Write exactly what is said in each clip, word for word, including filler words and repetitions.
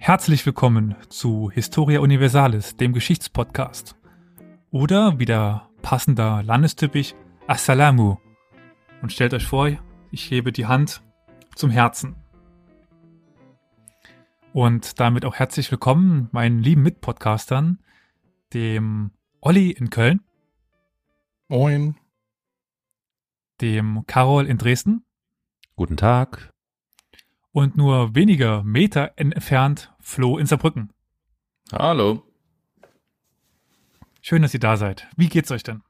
Herzlich willkommen zu Historia Universalis, dem Geschichtspodcast. Oder wieder passender landestypisch Assalamu. Und stellt euch vor, ich hebe die Hand zum Herzen. Und damit auch herzlich willkommen meinen lieben Mitpodcastern, dem Olli in Köln. Moin. Dem Karol in Dresden. Guten Tag. Und nur wenige Meter entfernt Flo in Saarbrücken. Hallo. Schön, dass ihr da seid. Wie geht's euch denn?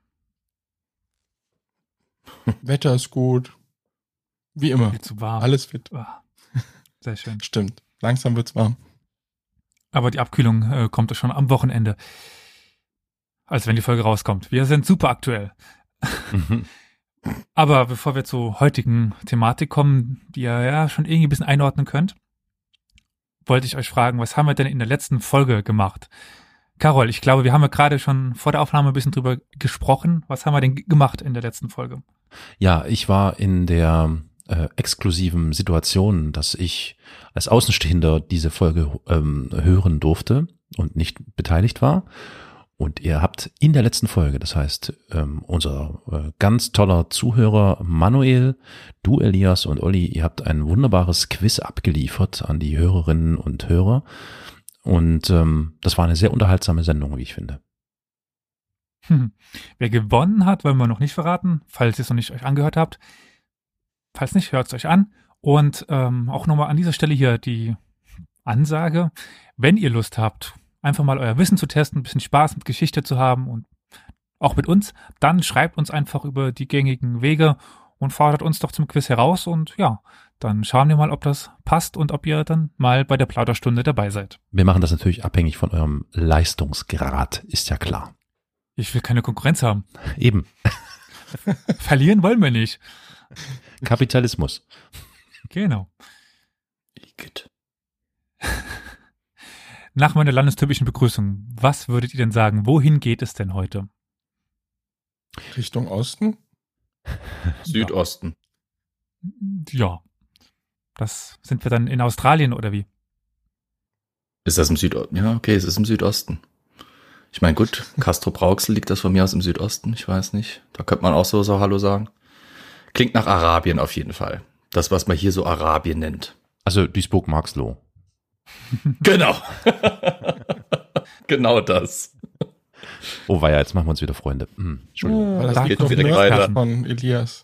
Wetter ist gut. Wie immer. Viel zu warm. Alles fit. Ah, sehr schön. Stimmt. Langsam wird's warm. Aber die Abkühlung äh, kommt schon am Wochenende. Also wenn die Folge rauskommt. Wir sind super aktuell. Mhm. Aber bevor wir zur heutigen Thematik kommen, die ihr ja schon irgendwie ein bisschen einordnen könnt, wollte ich euch fragen, was haben wir denn in der letzten Folge gemacht? Karol, ich glaube, wir haben ja gerade schon vor der Aufnahme ein bisschen drüber gesprochen. Was haben wir denn g- gemacht in der letzten Folge? Ja, ich war in der äh, exklusiven Situation, dass ich als Außenstehender diese Folge ähm, hören durfte und nicht beteiligt war. Und ihr habt in der letzten Folge, das heißt, ähm, unser äh, ganz toller Zuhörer Manuel, du Elias und Olli, ihr habt ein wunderbares Quiz abgeliefert an die Hörerinnen und Hörer. Und ähm, das war eine sehr unterhaltsame Sendung, wie ich finde. Hm. Wer gewonnen hat, wollen wir noch nicht verraten, falls ihr es noch nicht euch angehört habt. Falls nicht, hört es euch an. Und ähm, auch nochmal an dieser Stelle hier die Ansage, wenn ihr Lust habt, einfach mal euer Wissen zu testen, ein bisschen Spaß mit Geschichte zu haben und auch mit uns, dann schreibt uns einfach über die gängigen Wege und fordert uns doch zum Quiz heraus und ja, dann schauen wir mal, ob das passt und ob ihr dann mal bei der Plauderstunde dabei seid. Wir machen das natürlich abhängig von eurem Leistungsgrad, ist ja klar. Ich will keine Konkurrenz haben. Eben. Verlieren wollen wir nicht. Kapitalismus. Genau. Igitt. Nach meiner landestypischen Begrüßung, was würdet ihr denn sagen? Wohin geht es denn heute? Richtung Osten? Südosten. Ja. Das sind wir dann in Australien oder wie? Ist das im Südosten? Ja, okay, es ist im Südosten. Ich meine, gut, Castrop-Rauxel liegt das von mir aus im Südosten, ich weiß nicht. Da könnte man auch so, so Hallo sagen. Klingt nach Arabien auf jeden Fall. Das, was man hier so Arabien nennt. Also Duisburg-Marxloh. Genau. Genau das. Oh weia, jetzt machen wir uns wieder Freunde. Hm, Entschuldigung. Ja, das da geht kommt noch direkt nördlich weiter. von Elias.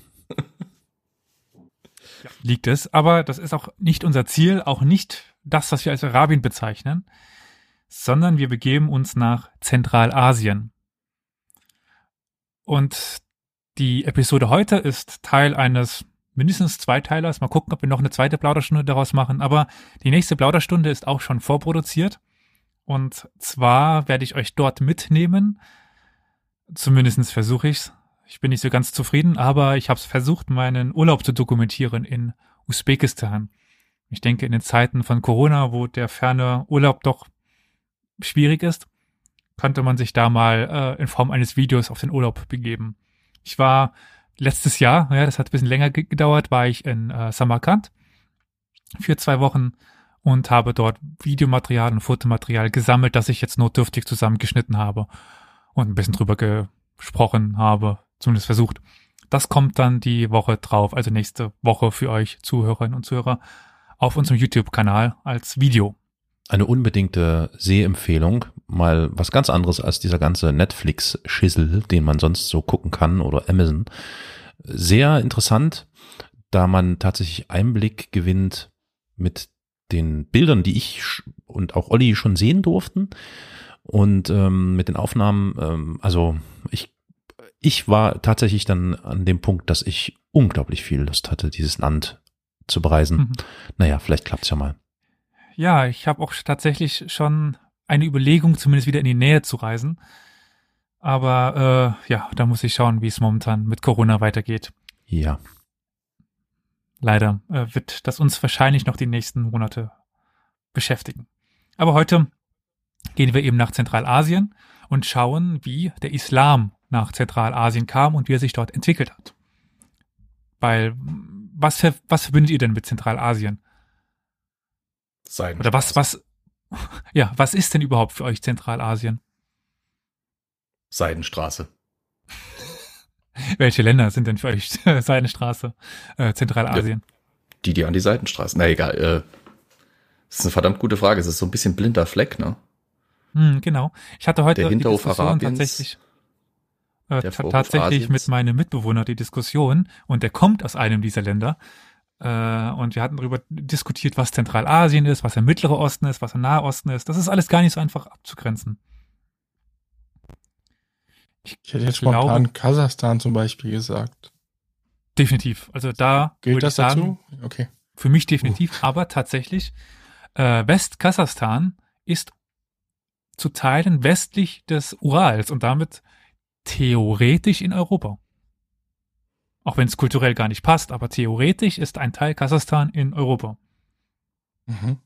Liegt es, aber das ist auch nicht unser Ziel, auch nicht das, was wir als Arabien bezeichnen, sondern wir begeben uns nach Zentralasien. Und die Episode heute ist Teil eines mindestens Zweiteilers. Mal gucken, ob wir noch eine zweite Plauderstunde daraus machen. Aber die nächste Plauderstunde ist auch schon vorproduziert. Und zwar werde ich euch dort mitnehmen. Zumindest versuche ich's. Ich bin nicht so ganz zufrieden, aber ich habe es versucht, meinen Urlaub zu dokumentieren in Usbekistan. Ich denke, in den Zeiten von Corona, wo der ferne Urlaub doch schwierig ist, könnte man sich da mal äh, in Form eines Videos auf den Urlaub begeben. Ich war letztes Jahr, ja, das hat ein bisschen länger ge- gedauert, war ich in äh, Samarkand für zwei Wochen und habe dort Videomaterial und Fotomaterial gesammelt, das ich jetzt notdürftig zusammengeschnitten habe und ein bisschen drüber gesprochen habe, zumindest versucht. Das kommt dann die Woche drauf, also nächste Woche für euch Zuhörerinnen und Zuhörer auf unserem YouTube-Kanal als Video. Eine unbedingte Sehempfehlung, mal was ganz anderes als dieser ganze Netflix-Schissel, den man sonst so gucken kann, oder Amazon. Sehr interessant, da man tatsächlich Einblick gewinnt mit den Bildern, die ich sch- und auch Olli schon sehen durften und ähm, mit den Aufnahmen, ähm, also ich ich war tatsächlich dann an dem Punkt, dass ich unglaublich viel Lust hatte, dieses Land zu bereisen. Mhm. Naja, vielleicht klappt's ja mal. Ja, ich habe auch tatsächlich schon eine Überlegung, zumindest wieder in die Nähe zu reisen. Aber äh, ja, da muss ich schauen, wie es momentan mit Corona weitergeht. Ja. Leider äh, wird das uns wahrscheinlich noch die nächsten Monate beschäftigen. Aber heute gehen wir eben nach Zentralasien und schauen, wie der Islam nach Zentralasien kam und wie er sich dort entwickelt hat. Weil, was, ver- was verbindet ihr denn mit Zentralasien? Seidenstraße. Oder was, was, ja, was ist denn überhaupt für euch Zentralasien? Seidenstraße. Welche Länder sind denn für euch Seidenstraße, äh, Zentralasien? Die, die an die Seitenstraßen. Na egal, äh, das ist eine verdammt gute Frage. Es ist so ein bisschen blinder Fleck, ne? Hm, genau. Ich hatte heute Der die Hinterhof Diskussion Arabiens, tatsächlich, äh, der ta- Vorhof tatsächlich Asiens. mit meinem Mitbewohner die Diskussion und der kommt aus einem dieser Länder. Äh, und wir hatten darüber diskutiert, was Zentralasien ist, was der Mittlere Osten ist, was der Nahe Osten ist. Das ist alles gar nicht so einfach abzugrenzen. Ich hätte jetzt glaube- spontan Kasachstan zum Beispiel gesagt. Definitiv. Also da Gilt würde das ich sagen, dazu? Okay. für mich definitiv, aber tatsächlich, äh, Westkasachstan ist zu Teilen westlich des Urals und damit theoretisch in Europa. Auch wenn es kulturell gar nicht passt, aber theoretisch ist ein Teil Kasachstan in Europa. Mhm.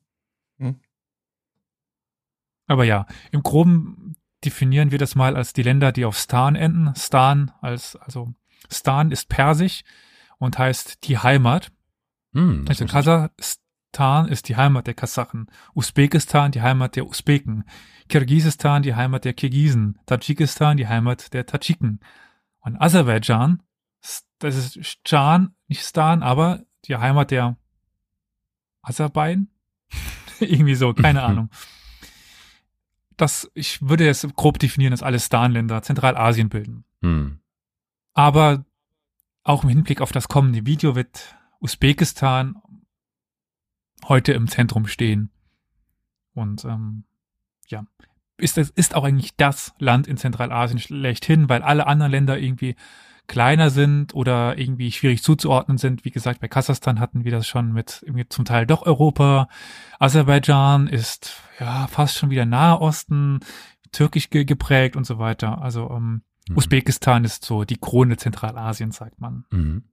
Aber ja, im Groben definieren wir das mal als die Länder, die auf Stan enden. Stan als, also Stan ist persisch und heißt die Heimat. Hm, das Also muss ich- Kasachstan ist die Heimat der Kasachen, Usbekistan die Heimat der Usbeken, Kirgisistan die Heimat der Kirgisen, Tadschikistan die Heimat der Tadschiken und Aserbaidschan, das ist Stan, nicht Stan, aber die Heimat der Aserbeien? Irgendwie so, keine Ahnung. Das, ich würde es grob definieren, dass alle Stan-Länder Zentralasien bilden. hm. Aber auch im Hinblick auf das kommende Video wird Usbekistan heute im Zentrum stehen. Und ähm, ja, ist, das, ist auch eigentlich das Land in Zentralasien schlechthin, weil alle anderen Länder irgendwie kleiner sind oder irgendwie schwierig zuzuordnen sind. Wie gesagt, bei Kasachstan hatten wir das schon mit irgendwie zum Teil doch Europa. Aserbaidschan ist ja fast schon wieder Nahe Osten, türkisch ge geprägt und so weiter. Also ähm, Mhm. Usbekistan ist so die Krone Zentralasiens, sagt man. Mhm.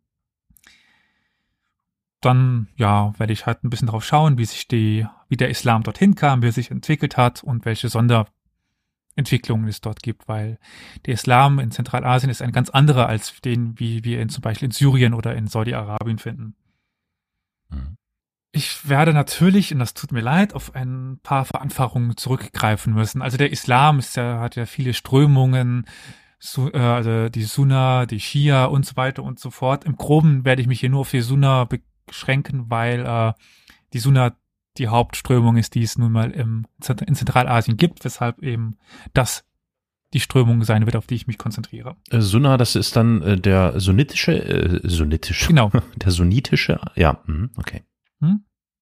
Dann, ja, werde ich halt ein bisschen drauf schauen, wie sich die, wie der Islam dorthin kam, wie er sich entwickelt hat und welche Sonderentwicklungen es dort gibt, weil der Islam in Zentralasien ist ein ganz anderer als den, wie wir ihn zum Beispiel in Syrien oder in Saudi-Arabien finden. Mhm. Ich werde natürlich, und das tut mir leid, auf ein paar Vereinfachungen zurückgreifen müssen. Also der Islam ist ja, hat ja viele Strömungen, Su- äh, also die Sunna, die Schia und so weiter und so fort. Im Groben werde ich mich hier nur auf die Sunna beschränken, weil äh, die Sunna die Hauptströmung ist, die es nun mal im, in Zentralasien gibt, weshalb eben das die Strömung sein wird, auf die ich mich konzentriere. Äh, Sunna, das ist dann äh, der sunnitische, äh, sunnitische, Genau. der sunnitische, ja, mhm, okay. Hm?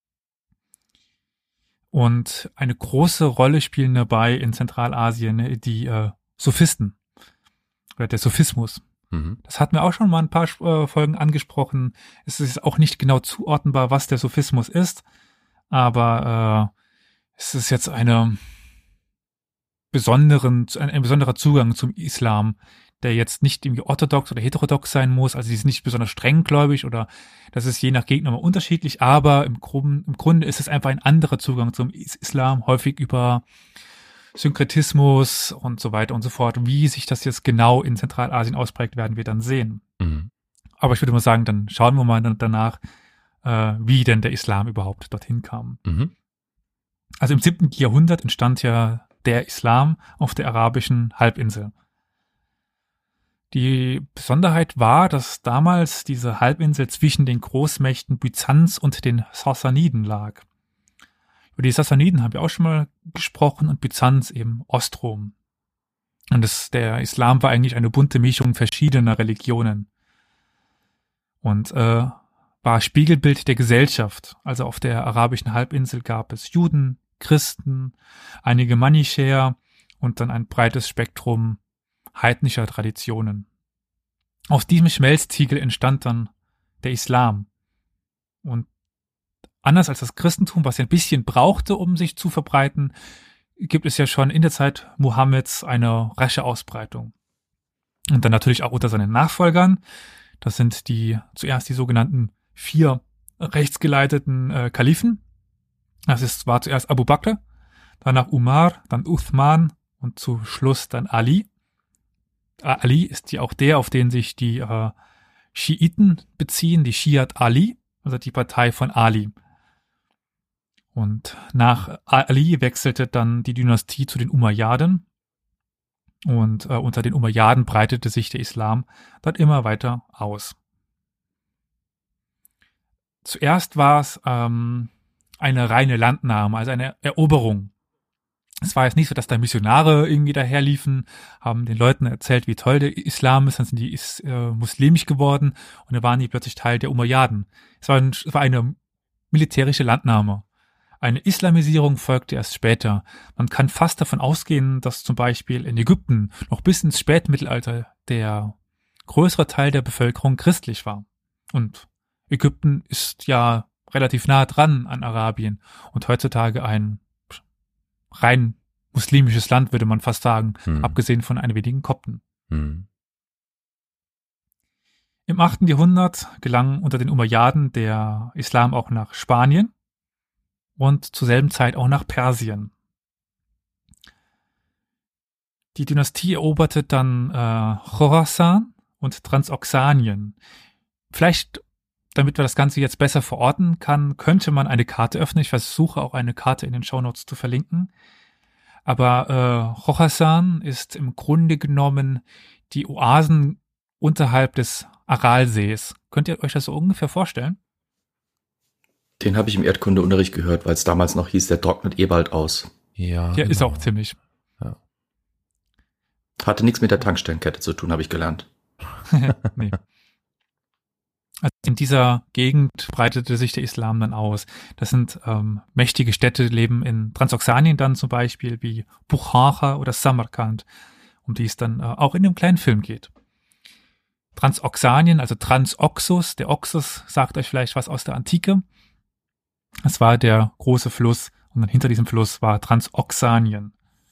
Und eine große Rolle spielen dabei in Zentralasien die äh, Sophisten oder der Sophismus. Mhm. Das hatten wir auch schon mal ein paar äh, Folgen angesprochen. Es ist auch nicht genau zuordnenbar, was der Sophismus ist, aber äh, es ist jetzt eine besonderen, ein, ein besonderer Zugang zum Islam, der jetzt nicht irgendwie orthodox oder heterodox sein muss, also sie ist nicht besonders strenggläubig oder das ist je nach Gegner mal unterschiedlich, aber im, Grunde, im Grunde ist es einfach ein anderer Zugang zum Islam, häufig über Synkretismus und so weiter und so fort. Wie sich das jetzt genau in Zentralasien ausprägt, werden wir dann sehen. Mhm. Aber ich würde mal sagen, dann schauen wir mal dann danach, äh, wie denn der Islam überhaupt dorthin kam. Mhm. Also im siebten Jahrhundert entstand ja der Islam auf der arabischen Halbinsel. Die Besonderheit war, dass damals diese Halbinsel zwischen den Großmächten Byzanz und den Sassaniden lag. Über die Sassaniden haben wir auch schon mal gesprochen und Byzanz eben Ostrom. Und das, der Islam war eigentlich eine bunte Mischung verschiedener Religionen und äh, war Spiegelbild der Gesellschaft. Also auf der arabischen Halbinsel gab es Juden, Christen, einige Manichäer und dann ein breites Spektrum heidnischer Traditionen. Aus diesem Schmelztiegel entstand dann der Islam. Und anders als das Christentum, was ja ein bisschen brauchte, um sich zu verbreiten, gibt es ja schon in der Zeit Mohammeds eine rasche Ausbreitung. Und dann natürlich auch unter seinen Nachfolgern. Das sind die zuerst die sogenannten vier rechtsgeleiteten äh, Kalifen. Das ist, war zuerst Abu Bakr, danach Umar, dann Uthman und zu Schluss dann Ali. Ali ist ja auch der, auf den sich die äh, Schiiten beziehen, die Schiat Ali, also die Partei von Ali. Und nach Ali wechselte dann die Dynastie zu den Umayyaden. Und äh, unter den Umayyaden breitete sich der Islam dort immer weiter aus. Zuerst war es ähm, eine reine Landnahme, also eine Eroberung. Es war jetzt nicht so, dass da Missionare irgendwie daherliefen, haben den Leuten erzählt, wie toll der Islam ist, dann sind die is, äh, muslimisch geworden und dann waren die plötzlich Teil der Umayyaden. Es war, ein, es war eine militärische Landnahme. Eine Islamisierung folgte erst später. Man kann fast davon ausgehen, dass zum Beispiel in Ägypten noch bis ins Spätmittelalter der größere Teil der Bevölkerung christlich war. Und Ägypten ist ja relativ nah dran an Arabien und heutzutage ein rein muslimisches Land, würde man fast sagen, hm. abgesehen von ein wenigen Kopten. Hm. Im achten Jahrhundert gelang unter den Umayyaden der Islam auch nach Spanien und zur selben Zeit auch nach Persien. Die Dynastie eroberte dann äh, Chorasan und Transoxanien. Vielleicht, damit wir das Ganze jetzt besser verorten kann, könnte man eine Karte öffnen. Ich versuche auch eine Karte in den Shownotes zu verlinken. Aber äh, Chorasan ist im Grunde genommen die Oasen unterhalb des Aralsees. Könnt ihr euch das so ungefähr vorstellen? Den habe ich im Erdkundeunterricht gehört, weil es damals noch hieß, der trocknet eh bald aus. Ja, Ja, genau. ist auch ziemlich. Ja. Hatte nichts mit der Tankstellenkette zu tun, habe ich gelernt. Nee. Also in dieser Gegend breitete sich der Islam dann aus. Das sind ähm, mächtige Städte, leben in Transoxanien dann zum Beispiel, wie Bukhara oder Samarkand, um die es dann äh, auch in dem kleinen Film geht. Transoxanien, also Transoxus, der Oxus sagt euch vielleicht was aus der Antike. Das war der große Fluss und dann hinter diesem Fluss war Transoxanien.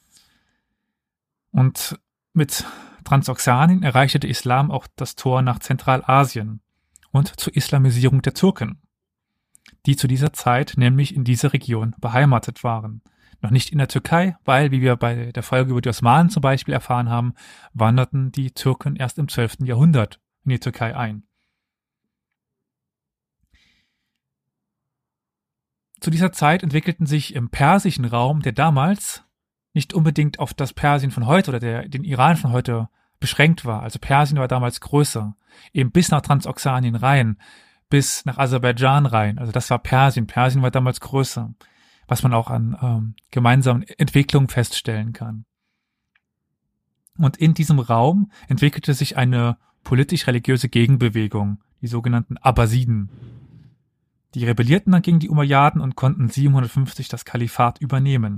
Und mit Transoxanien erreichte der Islam auch das Tor nach Zentralasien und zur Islamisierung der Türken, die zu dieser Zeit nämlich in dieser Region beheimatet waren. Noch nicht in der Türkei, weil, wie wir bei der Folge über die Osmanen zum Beispiel erfahren haben, wanderten die Türken erst im zwölften Jahrhundert in die Türkei ein. Zu dieser Zeit entwickelten sich im persischen Raum, der damals nicht unbedingt auf das Persien von heute oder der, den Iran von heute beschränkt war. Also Persien war damals größer, eben bis nach Transoxanien rein, bis nach Aserbaidschan rein. Also das war Persien. Persien war damals größer, was man auch an ähm, gemeinsamen Entwicklungen feststellen kann. Und in diesem Raum entwickelte sich eine politisch-religiöse Gegenbewegung, die sogenannten Abbasiden. Die rebellierten dann gegen die Umayyaden und konnten siebenhundertfünfzig das Kalifat übernehmen.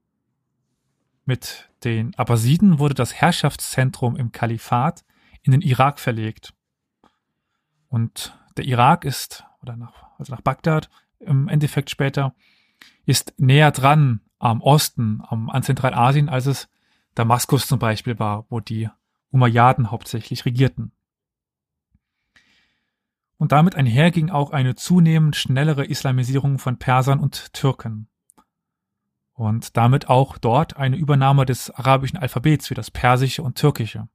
Mit den Abbasiden wurde das Herrschaftszentrum im Kalifat in den Irak verlegt. Und der Irak ist, oder nach, also nach Bagdad im Endeffekt später, ist näher dran am Osten, am, an Zentralasien, als es Damaskus zum Beispiel war, wo die Umayyaden hauptsächlich regierten. Und damit einher ging auch eine zunehmend schnellere Islamisierung von Persern und Türken. Und damit auch dort eine Übernahme des arabischen Alphabets für das Persische und Türkische.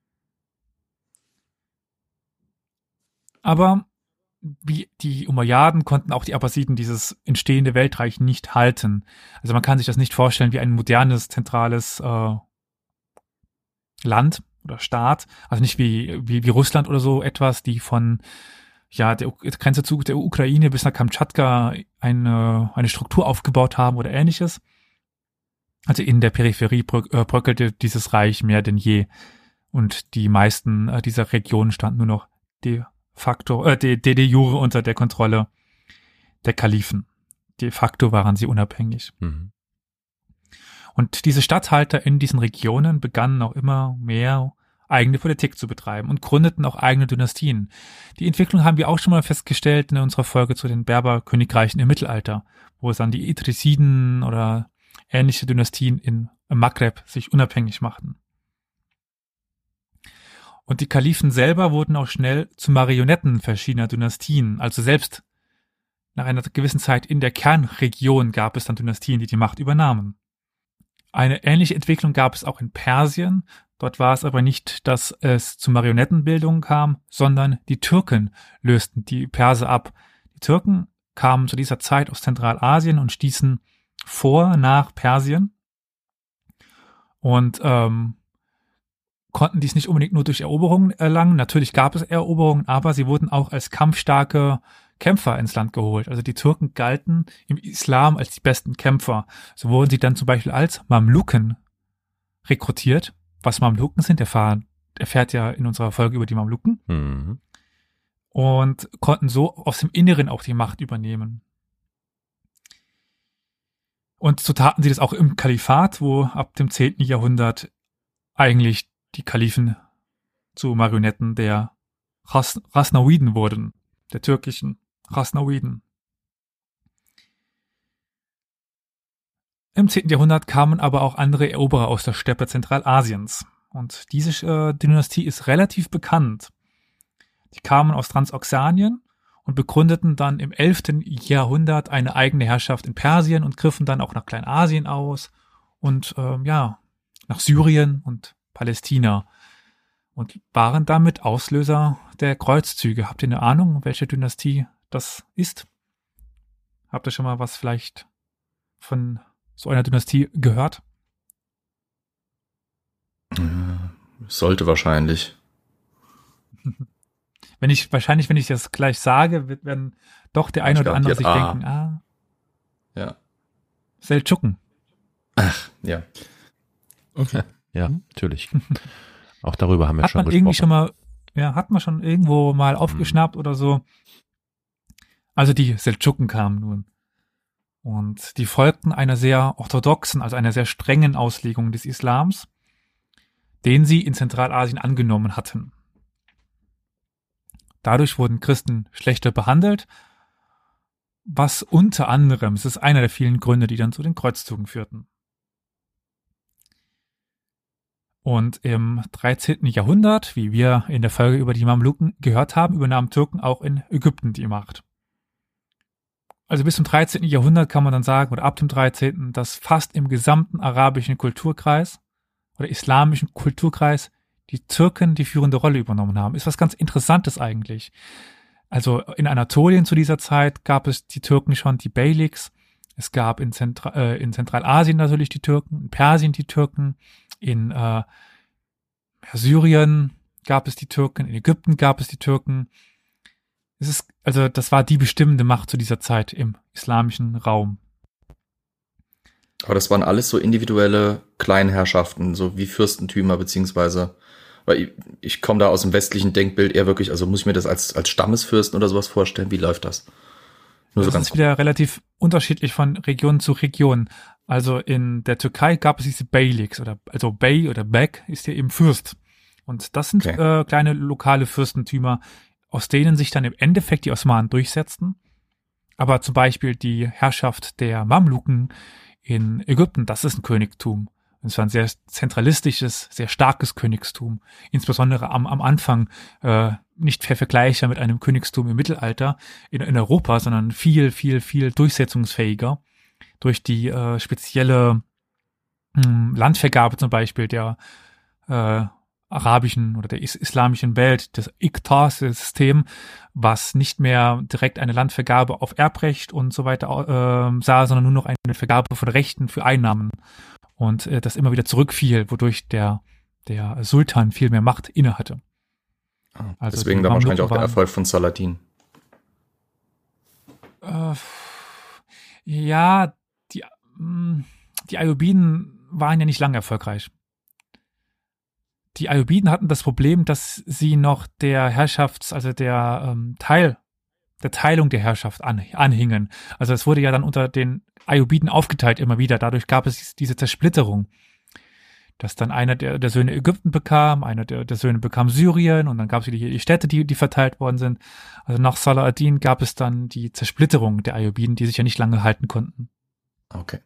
Aber wie die Umayyaden konnten auch die Abbasiden dieses entstehende Weltreich nicht halten. Also man kann sich das nicht vorstellen wie ein modernes, zentrales äh, Land oder Staat, also nicht wie, wie, wie Russland oder so etwas, die von ja der Grenze zu der Ukraine bis nach Kamtschatka eine, eine Struktur aufgebaut haben oder ähnliches. Also in der Peripherie bröckelte dieses Reich mehr denn je. Und die meisten äh, dieser Regionen standen nur noch de facto, äh, de, de, de jure unter der Kontrolle der Kalifen. De facto waren sie unabhängig. Mhm. Und diese Statthalter in diesen Regionen begannen auch immer mehr eigene Politik zu betreiben und gründeten auch eigene Dynastien. Die Entwicklung haben wir auch schon mal festgestellt in unserer Folge zu den Berberkönigreichen im Mittelalter, wo es dann die Idrisiden oder ähnliche Dynastien in, im Maghreb sich unabhängig machten. Und die Kalifen selber wurden auch schnell zu Marionetten verschiedener Dynastien. Also selbst nach einer gewissen Zeit in der Kernregion gab es dann Dynastien, die die Macht übernahmen. Eine ähnliche Entwicklung gab es auch in Persien. Dort war es aber nicht, dass es zu Marionettenbildungen kam, sondern die Türken lösten die Perser ab. Die Türken kamen zu dieser Zeit aus Zentralasien und stießen vor nach Persien und ähm, konnten dies nicht unbedingt nur durch Eroberungen erlangen. Natürlich gab es Eroberungen, aber sie wurden auch als kampfstarke Kämpfer ins Land geholt. Also die Türken galten im Islam als die besten Kämpfer. So wurden sie dann zum Beispiel als Mamluken rekrutiert. Was Mamluken sind, erfahren, erfährt ja in unserer Folge über die Mamluken. Mhm. Und konnten so aus dem Inneren auch die Macht übernehmen. Und so taten sie das auch im Kalifat, wo ab dem zehnten Jahrhundert eigentlich die Kalifen zu Marionetten der Ghas- Ghaznawiden wurden, der türkischen Ghaznawiden. Im zehnten Jahrhundert kamen aber auch andere Eroberer aus der Steppe Zentralasiens. Und diese äh, Dynastie ist relativ bekannt. Die kamen aus Transoxanien und begründeten dann im elften Jahrhundert eine eigene Herrschaft in Persien und griffen dann auch nach Kleinasien aus und ähm, ja, nach Syrien und Palästina und waren damit Auslöser der Kreuzzüge. Habt ihr eine Ahnung, welche Dynastie das ist? Habt ihr schon mal was vielleicht von so einer Dynastie gehört? Sollte wahrscheinlich. Wenn ich, wahrscheinlich, wenn ich das gleich sage, wird, werden doch der eine Ich oder glaub, andere die- sich ah. denken, ah, Ja. Seldschuken. Ach, ja. Okay. Ja, natürlich. Auch darüber haben wir Hat schon man gesprochen. irgendwie schon mal, ja, hat man schon irgendwo mal aufgeschnappt oder so. Also die Seldschuken kamen nun. Und die folgten einer sehr orthodoxen, also einer sehr strengen Auslegung des Islams, den sie in Zentralasien angenommen hatten. Dadurch wurden Christen schlechter behandelt, was unter anderem, es ist einer der vielen Gründe, die dann zu den Kreuzzügen führten. Und im dreizehnten Jahrhundert, wie wir in der Folge über die Mamluken gehört haben, übernahmen Türken auch in Ägypten die Macht. Also bis zum dreizehnten Jahrhundert kann man dann sagen, oder ab dem dreizehnten, dass fast im gesamten arabischen Kulturkreis oder islamischen Kulturkreis die Türken die führende Rolle übernommen haben. Ist was ganz Interessantes eigentlich. Also in Anatolien zu dieser Zeit gab es die Türken schon, die Beyliks. Es gab in, Zentra äh, in Zentralasien natürlich die Türken, in Persien die Türken, in äh, Syrien gab es die Türken, in Ägypten gab es die Türken. Es ist, also das war die bestimmende Macht zu dieser Zeit im islamischen Raum. Aber das waren alles so individuelle Kleinherrschaften, so wie Fürstentümer, beziehungsweise, weil ich, ich komme da aus dem westlichen Denkbild eher wirklich, also muss ich mir das als, als Stammesfürsten oder sowas vorstellen? Wie läuft das? Nur Das so ganz ist wieder relativ unterschiedlich von Region zu Region. Also in der Türkei gab es diese Beyliks, oder also Bey oder Bek ist ja eben Fürst. Und das sind Okay. äh, kleine lokale Fürstentümer, aus denen sich dann im Endeffekt die Osmanen durchsetzten. Aber zum Beispiel die Herrschaft der Mamluken in Ägypten, das ist ein Königtum. Es war ein sehr zentralistisches, sehr starkes Königstum. Insbesondere am, am Anfang äh, nicht vergleichbar mit einem Königstum im Mittelalter in, in Europa, sondern viel, viel, viel durchsetzungsfähiger durch die äh, spezielle mh, Landvergabe zum Beispiel der äh, arabischen oder der is islamischen Welt, das Iqtar-System, was nicht mehr direkt eine Landvergabe auf Erbrecht und so weiter äh, sah, sondern nur noch eine Vergabe von Rechten für Einnahmen. Und äh, das immer wieder zurückfiel, wodurch der, der Sultan viel mehr Macht innehatte. Ah, Also deswegen die dann wahrscheinlich auch Mamluken der waren- Erfolg von Saladin. Äh, ja, die, mh, die Ayyubiden waren ja nicht lange erfolgreich. Die Ayyubiden hatten das Problem, dass sie noch der Herrschafts-, also der ähm, Teil, der Teilung der Herrschaft an, anhingen. Also es wurde ja dann unter den Ayyubiden aufgeteilt immer wieder. Dadurch gab es diese Zersplitterung, dass dann einer der, der Söhne Ägypten bekam, einer der, der Söhne bekam Syrien und dann gab es wieder die Städte, die, die verteilt worden sind. Also nach Salah ad-Din gab es dann die Zersplitterung der Ayyubiden, die sich ja nicht lange halten konnten. Okay.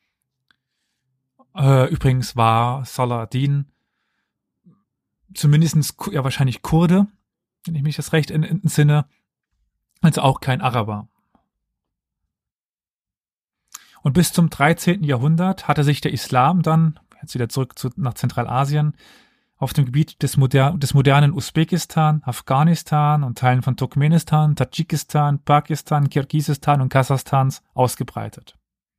Äh, übrigens war Salah ad-Din zumindest ja wahrscheinlich Kurde, wenn ich mich das recht in, in, entsinne, also auch kein Araber. Und bis zum dreizehnten Jahrhundert hatte sich der Islam dann, jetzt wieder zurück zu, nach Zentralasien, auf dem Gebiet des, moder des modernen Usbekistan, Afghanistan und Teilen von Turkmenistan, Tadschikistan, Pakistan, Kirgisistan und Kasachstans ausgebreitet.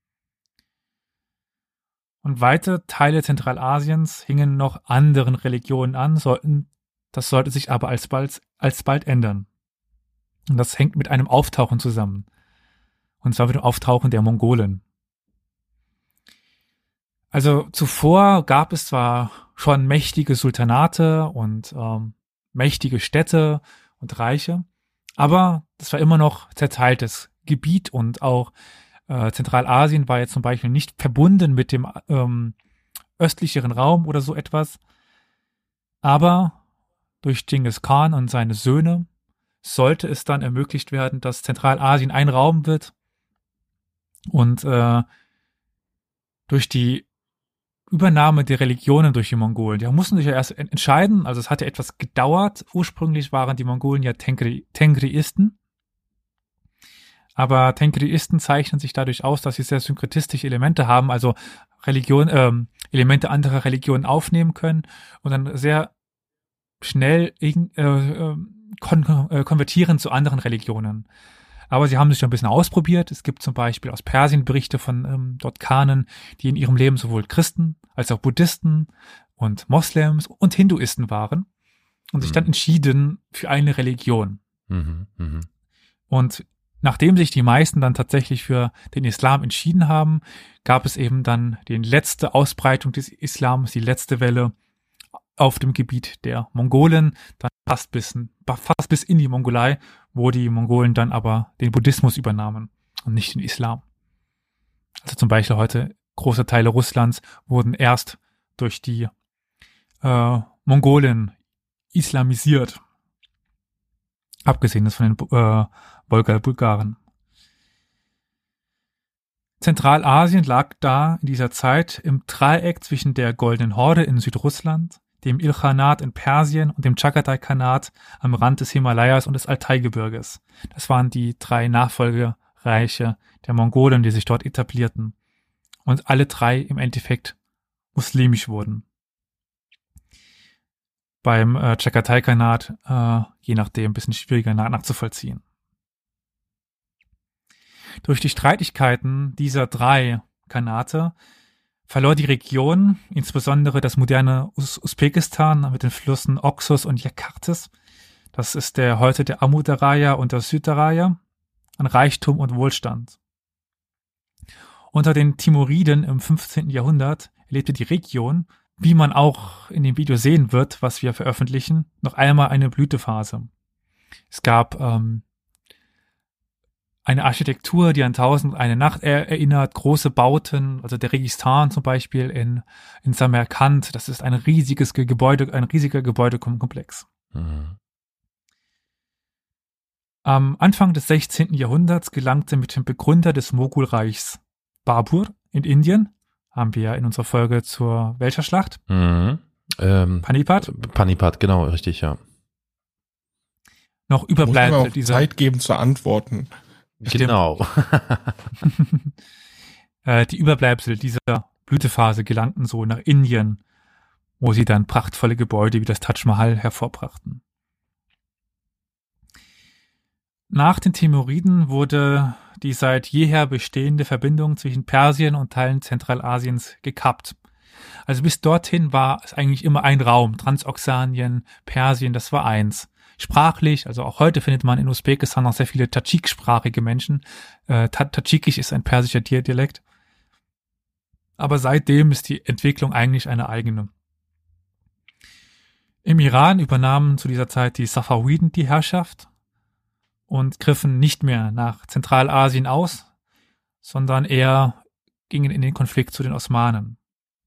Und weite Teile Zentralasiens hingen noch anderen Religionen an, sollten, das sollte sich aber alsbald, alsbald ändern. Und das hängt mit einem Auftauchen zusammen. Und zwar mit dem Auftauchen der Mongolen. Also zuvor gab es zwar schon mächtige Sultanate und ähm, mächtige Städte und Reiche, aber das war immer noch zerteiltes Gebiet und auch äh, Zentralasien war jetzt zum Beispiel nicht verbunden mit dem ähm, östlicheren Raum oder so etwas. Aber durch Genghis Khan und seine Söhne sollte es dann ermöglicht werden, dass Zentralasien ein Raum wird und äh, durch die Übernahme der Religionen durch die Mongolen. Die mussten sich ja erst entscheiden, also es hatte etwas gedauert. Ursprünglich waren die Mongolen ja Tengri Tengriisten, aber Tengriisten zeichnen sich dadurch aus, dass sie sehr synkretistische Elemente haben, also Religion, ähm, Elemente anderer Religionen aufnehmen können und dann sehr schnell äh, äh, kon äh, konvertieren zu anderen Religionen. Aber sie haben sich schon ein bisschen ausprobiert. Es gibt zum Beispiel aus Persien Berichte von ähm, dort Khanen, die in ihrem Leben sowohl Christen als auch Buddhisten und Moslems und Hinduisten waren und mhm. sich dann entschieden für eine Religion. Mhm, mh. Und nachdem sich die meisten dann tatsächlich für den Islam entschieden haben, gab es eben dann die letzte Ausbreitung des Islams, die letzte Welle auf dem Gebiet der Mongolen, dann fast bis, fast bis in die Mongolei, wo die Mongolen dann aber den Buddhismus übernahmen und nicht den Islam. Also zum Beispiel heute große Teile Russlands wurden erst durch die äh, Mongolen islamisiert. Abgesehen von den äh, Wolga-Bulgaren. Zentralasien lag da in dieser Zeit im Dreieck zwischen der Goldenen Horde in Südrussland, dem Ilkhanat in Persien und dem Chagatai-Khanat am Rand des Himalayas und des Altaigebirges. Das waren die drei Nachfolgereiche der Mongolen, die sich dort etablierten. Und alle drei im Endeffekt muslimisch wurden. Beim äh, Chagatai-Khanat, äh, je nachdem, ein bisschen schwieriger nach nachzuvollziehen. Durch die Streitigkeiten dieser drei Khanate verlor die Region, insbesondere das moderne Us Usbekistan mit den Flüssen Oxus und Jakartis, das ist der heute der Amudaraya und der Süddaraya, an Reichtum und Wohlstand. Unter den Timuriden im fünfzehnten Jahrhundert erlebte die Region, wie man auch in dem Video sehen wird, was wir veröffentlichen, noch einmal eine Blütephase. Es gab ähm, eine Architektur, die an Tausend eine Nacht er erinnert, große Bauten, also der Registan zum Beispiel in, in Samarkand, das ist ein riesiges Gebäude, ein riesiger Gebäudekomplex. Mhm. Am Anfang des sechzehnten Jahrhunderts gelangte mit dem Begründer des Mogulreichs Babur in Indien, haben wir ja in unserer Folge zur Welcher-Schlacht, mhm. ähm, Panipat. Panipat, genau, richtig, ja. Noch Überbleibsel dieser Zeit geben zu antworten. Genau. Die Überbleibsel dieser Blütephase gelangten so nach Indien, wo sie dann prachtvolle Gebäude wie das Taj Mahal hervorbrachten. Nach den Timuriden wurde die seit jeher bestehende Verbindung zwischen Persien und Teilen Zentralasiens gekappt. Also bis dorthin war es eigentlich immer ein Raum, Transoxanien, Persien, das war eins. Sprachlich, also auch heute findet man in Usbekistan noch sehr viele Tadschik-sprachige Menschen. Äh, Tadschikisch ist ein persischer Dialekt. Aber seitdem ist die Entwicklung eigentlich eine eigene. Im Iran übernahmen zu dieser Zeit die Safawiden die Herrschaft und griffen nicht mehr nach Zentralasien aus, sondern eher gingen in den Konflikt zu den Osmanen.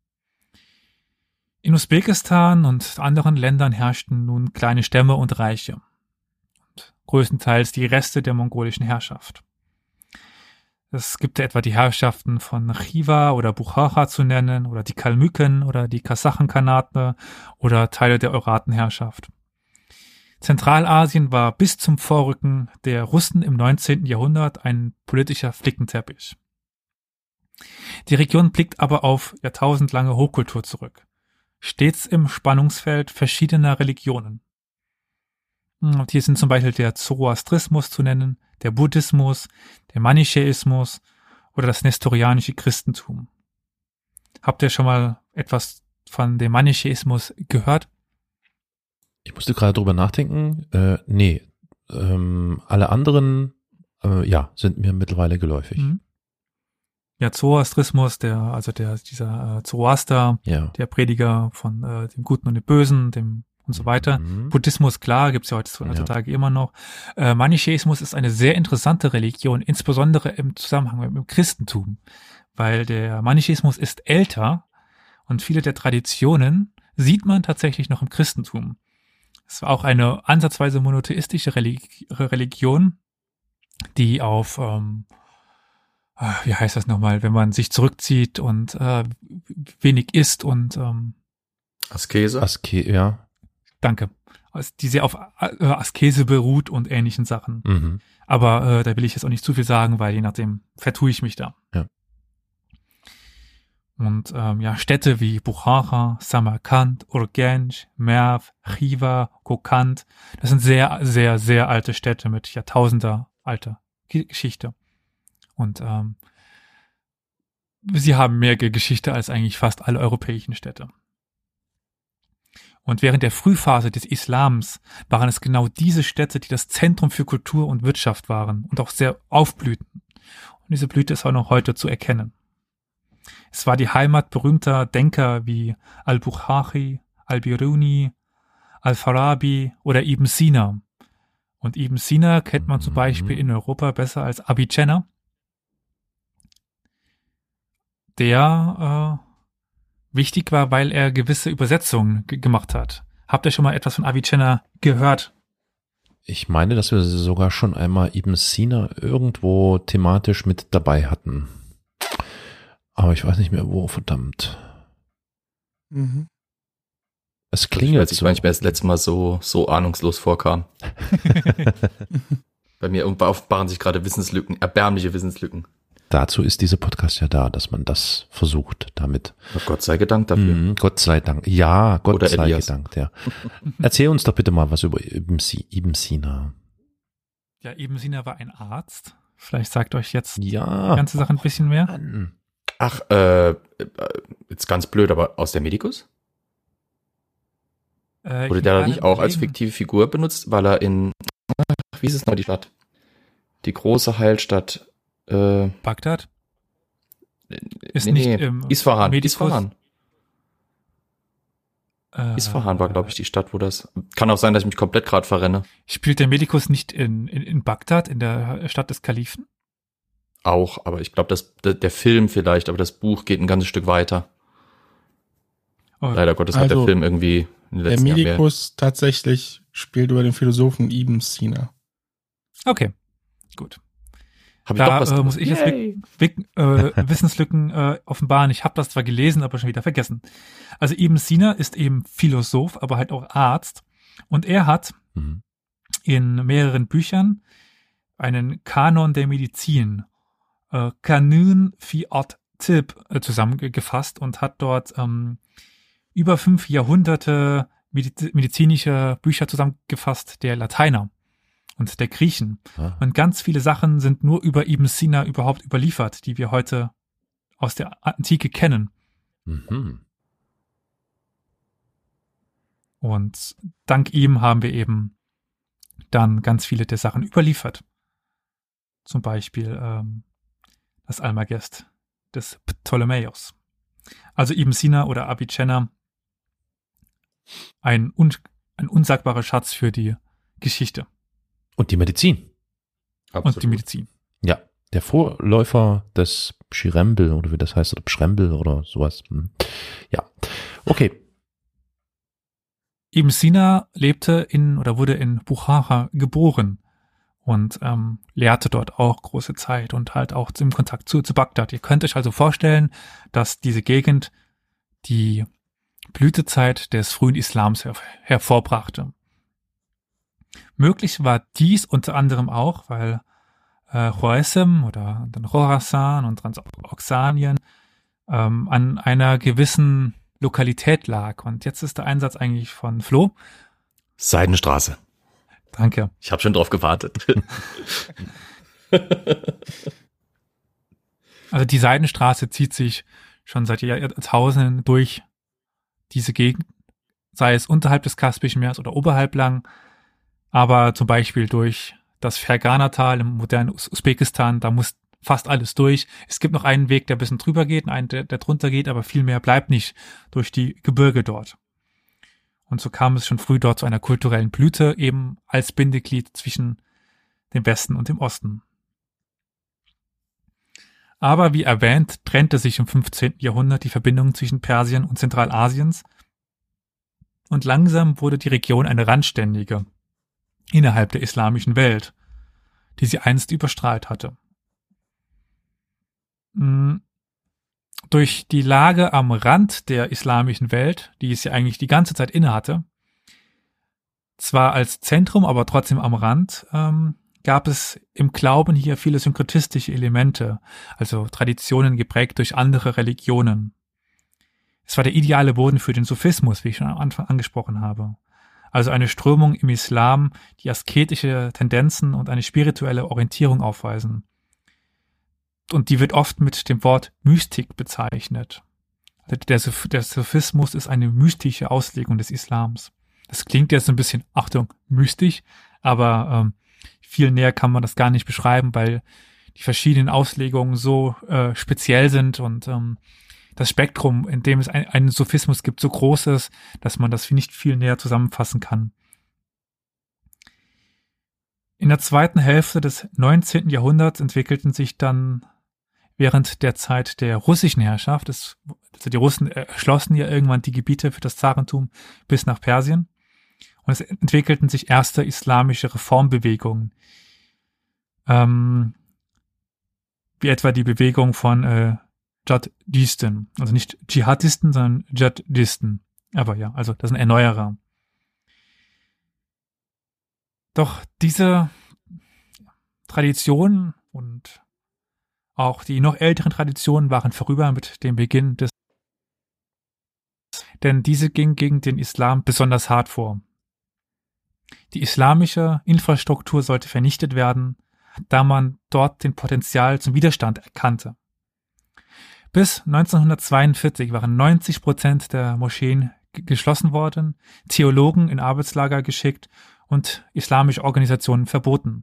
In Usbekistan und anderen Ländern herrschten nun kleine Stämme und Reiche. Und größtenteils die Reste der mongolischen Herrschaft. Es gibt etwa die Herrschaften von Khiva oder Bukhacha zu nennen, oder die Kalmyken oder die Kasachenkhanate oder Teile der Euratenherrschaft. Zentralasien war bis zum Vorrücken der Russen im neunzehnten Jahrhundert ein politischer Flickenteppich. Die Region blickt aber auf jahrtausendlange Hochkultur zurück. stets im Spannungsfeld verschiedener Religionen. Und hier sind zum Beispiel der Zoroastrismus zu nennen, der Buddhismus, der Manichäismus oder das nestorianische Christentum. Habt ihr schon mal etwas von dem Manichäismus gehört? Ich musste gerade drüber nachdenken. Äh, nee, ähm, alle anderen, äh, ja, sind mir mittlerweile geläufig. Mhm. Ja, Zoroastrismus, der, also der, dieser äh, Zoroaster, Ja. der Prediger von äh, dem Guten und dem Bösen, dem und so weiter. Mhm. Buddhismus, klar, gibt's ja heutzutage Ja. immer noch. Äh, Manichäismus ist eine sehr interessante Religion, insbesondere im Zusammenhang mit dem Christentum, weil der Manichäismus ist älter und viele der Traditionen sieht man tatsächlich noch im Christentum. Es war auch eine ansatzweise monotheistische Religi- Religion, die auf, ähm, wie heißt das nochmal, wenn man sich zurückzieht und äh, wenig isst und ähm, Askese. Aske, ja. Danke. Also die sehr auf äh, Askese beruht und ähnlichen Sachen. Mhm. Aber äh, da will ich jetzt auch nicht zu viel sagen, weil je nachdem vertue ich mich da. Ja. Und ähm, ja, Städte wie Bukhara, Samarkand, Urgench, Merv, Khiva, Kokand, das sind sehr, sehr, sehr alte Städte mit Jahrtausender alter G- Geschichte. Und ähm, sie haben mehr Ge- Geschichte als eigentlich fast alle europäischen Städte. Und während der Frühphase des Islams waren es genau diese Städte, die das Zentrum für Kultur und Wirtschaft waren und auch sehr aufblühten. Und diese Blüte ist auch noch heute zu erkennen. Es war die Heimat berühmter Denker wie Al-Bukhari, Al-Biruni, Al-Farabi oder Ibn Sina. Und Ibn Sina kennt man zum Beispiel in Europa besser als Avicenna, der äh, wichtig war, weil er gewisse Übersetzungen g- gemacht hat. Habt ihr schon mal etwas von Avicenna gehört? Ich meine, dass wir sogar schon einmal Ibn Sina irgendwo thematisch mit dabei hatten. Aber ich weiß nicht mehr wo, verdammt. Mhm. Es Ich klingelt weiß nicht, so. wann ich mir das letzte Mal so, so ahnungslos vorkam. Bei mir offenbaren sich gerade Wissenslücken, erbärmliche Wissenslücken. Dazu ist dieser Podcast ja da, dass man das versucht damit. Oh Gott sei Gedank dafür. Mhm, Gott sei Dank. Ja, Gott Oder sei Elias. gedankt, ja. Erzähl uns doch bitte mal was über Ibn, Si- Ibn Sina. Ja, Ibn Sina war ein Arzt. Vielleicht sagt euch jetzt die Ja. ganze Sache ein bisschen mehr. Mann. Ach, äh, äh, jetzt ganz blöd, aber aus der Medikus? Äh, Wurde ich der bin da nicht gerade auch als überlegen. fiktive Figur benutzt, weil er in, ach, wie ist es noch, die Stadt? Die große Heilstadt, äh, Bagdad? Ist nee, nicht nee, im Isfahan, Medikus. Isfahan. Äh, Isfahan war, glaube ich, die Stadt, wo das, kann auch sein, dass ich mich komplett gerade verrenne. Spielt der Medikus nicht in, in, in Bagdad, in der Stadt des Kalifen? Auch, aber ich glaube, das, der, der Film vielleicht, aber das Buch geht ein ganzes Stück weiter. Oh, Leider Gottes hat Also, der Film irgendwie in den Der letzten Jahren mehr. Medikus tatsächlich spielt über den Philosophen Ibn Sina. Okay, gut. Hab ich Da doch was äh, muss ich jetzt Yay. Wick, äh, Wissenslücken äh, offenbaren. Ich habe das zwar gelesen, aber schon wieder vergessen. Also Ibn Sina ist eben Philosoph, aber halt auch Arzt. Und er hat Mhm. in mehreren Büchern einen Kanon der Medizin, äh, Kanun fi at Tib, äh, zusammengefasst und hat dort ähm, über fünf Jahrhunderte mediz medizinische Bücher zusammengefasst der Lateiner und der Griechen. Ah. Und ganz viele Sachen sind nur über Ibn Sina überhaupt überliefert, die wir heute aus der Antike kennen. Mhm. Und dank ihm haben wir eben dann ganz viele der Sachen überliefert. Zum Beispiel ähm, das Almagest des Ptolemäus. Also Ibn Sina oder Avicenna, ein, un ein unsagbarer Schatz für die Geschichte Und die Medizin. und die Medizin. Ja. Der Vorläufer des Schirembel oder wie das heißt, oder Pschrembel oder sowas. Hm. Ja. Okay. Ibn Sina lebte in oder wurde in Bukhara geboren und ähm, lehrte dort auch große Zeit und halt auch im Kontakt zu, zu Bagdad. Ihr könnt euch also vorstellen, dass diese Gegend die Blütezeit des frühen Islams her hervorbrachte. Möglich war dies unter anderem auch, weil äh, Choresem oder dann Khorasan und Transoxanien ähm, an einer gewissen Lokalität lag. Und jetzt ist der Einsatz eigentlich von Flo. Seidenstraße. Danke. Ich habe schon drauf gewartet. Also die Seidenstraße zieht sich schon seit Jahrtausenden durch diese Gegend, sei es unterhalb des Kaspischen Meeres oder oberhalb lang, aber zum Beispiel durch das Fergana-Tal im modernen Usbekistan, da muss fast alles durch. Es gibt noch einen Weg, der ein bisschen drüber geht, und einen, der, der drunter geht, aber viel mehr bleibt nicht durch die Gebirge dort. Und so kam es schon früh dort zu einer kulturellen Blüte, eben als Bindeglied zwischen dem Westen und dem Osten. Aber wie erwähnt, trennte sich im fünfzehnten Jahrhundert die Verbindung zwischen Persien und Zentralasiens und langsam wurde die Region eine randständige innerhalb der islamischen Welt, die sie einst überstrahlt hatte. Durch die Lage am Rand der islamischen Welt, die es ja eigentlich die ganze Zeit innehatte, zwar als Zentrum, aber trotzdem am Rand, ähm, gab es im Glauben hier viele synkretistische Elemente, also Traditionen geprägt durch andere Religionen. Es war der ideale Boden für den Sufismus, wie ich schon am Anfang angesprochen habe. Also eine Strömung im Islam, die asketische Tendenzen und eine spirituelle Orientierung aufweisen. Und die wird oft mit dem Wort Mystik bezeichnet. Der, der Sufismus ist eine mystische Auslegung des Islams. Das klingt jetzt ein bisschen, Achtung, mystisch, aber ähm, viel näher kann man das gar nicht beschreiben, weil die verschiedenen Auslegungen so äh, speziell sind und ähm, das Spektrum, in dem es ein, einen Sufismus gibt, so groß ist, dass man das nicht viel näher zusammenfassen kann. In der zweiten Hälfte des neunzehnten Jahrhunderts entwickelten sich dann während der Zeit der russischen Herrschaft, das, also die Russen erschlossen ja irgendwann die Gebiete für das Zarentum bis nach Persien, und es entwickelten sich erste islamische Reformbewegungen, ähm, wie etwa die Bewegung von äh, Dschihadisten, also nicht Dschihadisten, sondern Dschihadisten. Aber ja, also das sind Erneuerer. Doch diese Traditionen und auch die noch älteren Traditionen waren vorüber mit dem Beginn des, denn diese ging gegen den Islam besonders hart vor. Die islamische Infrastruktur sollte vernichtet werden, da man dort den Potenzial zum Widerstand erkannte. Bis neunzehnhundertzweiundvierzig waren neunzig Prozent der Moscheen g- geschlossen worden, Theologen in Arbeitslager geschickt und islamische Organisationen verboten.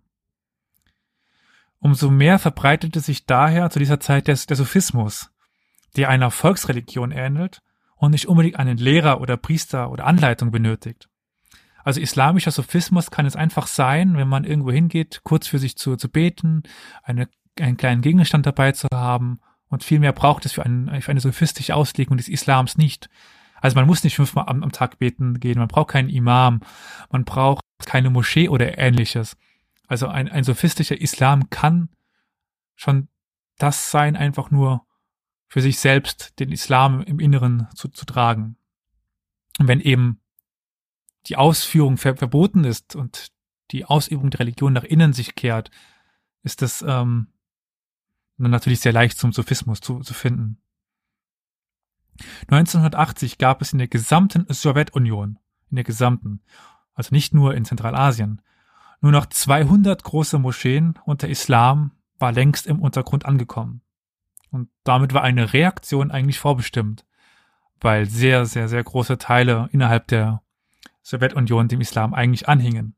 Umso mehr verbreitete sich daher zu dieser Zeit der, der Sufismus, der einer Volksreligion ähnelt und nicht unbedingt einen Lehrer oder Priester oder Anleitung benötigt. Also islamischer Sufismus kann es einfach sein, wenn man irgendwo hingeht, kurz für sich zu, zu beten, eine, einen kleinen Gegenstand dabei zu haben, und viel mehr braucht es für, einen, für eine sophistische Auslegung des Islams nicht. Also man muss nicht fünfmal am, am Tag beten gehen, man braucht keinen Imam, man braucht keine Moschee oder ähnliches. Also ein, ein sophistischer Islam kann schon das sein, einfach nur für sich selbst den Islam im Inneren zu, zu tragen. Und wenn eben die Ausführung ver- verboten ist und die Ausübung der Religion nach innen sich kehrt, ist das ähm, natürlich sehr leicht zum Sufismus zu, zu finden. neunzehnhundertachtzig gab es in der gesamten Sowjetunion, in der gesamten, also nicht nur in Zentralasien, nur noch zweihundert große Moscheen und der Islam war längst im Untergrund angekommen. Und damit war eine Reaktion eigentlich vorbestimmt, weil sehr, sehr, sehr große Teile innerhalb der Sowjetunion dem Islam eigentlich anhingen.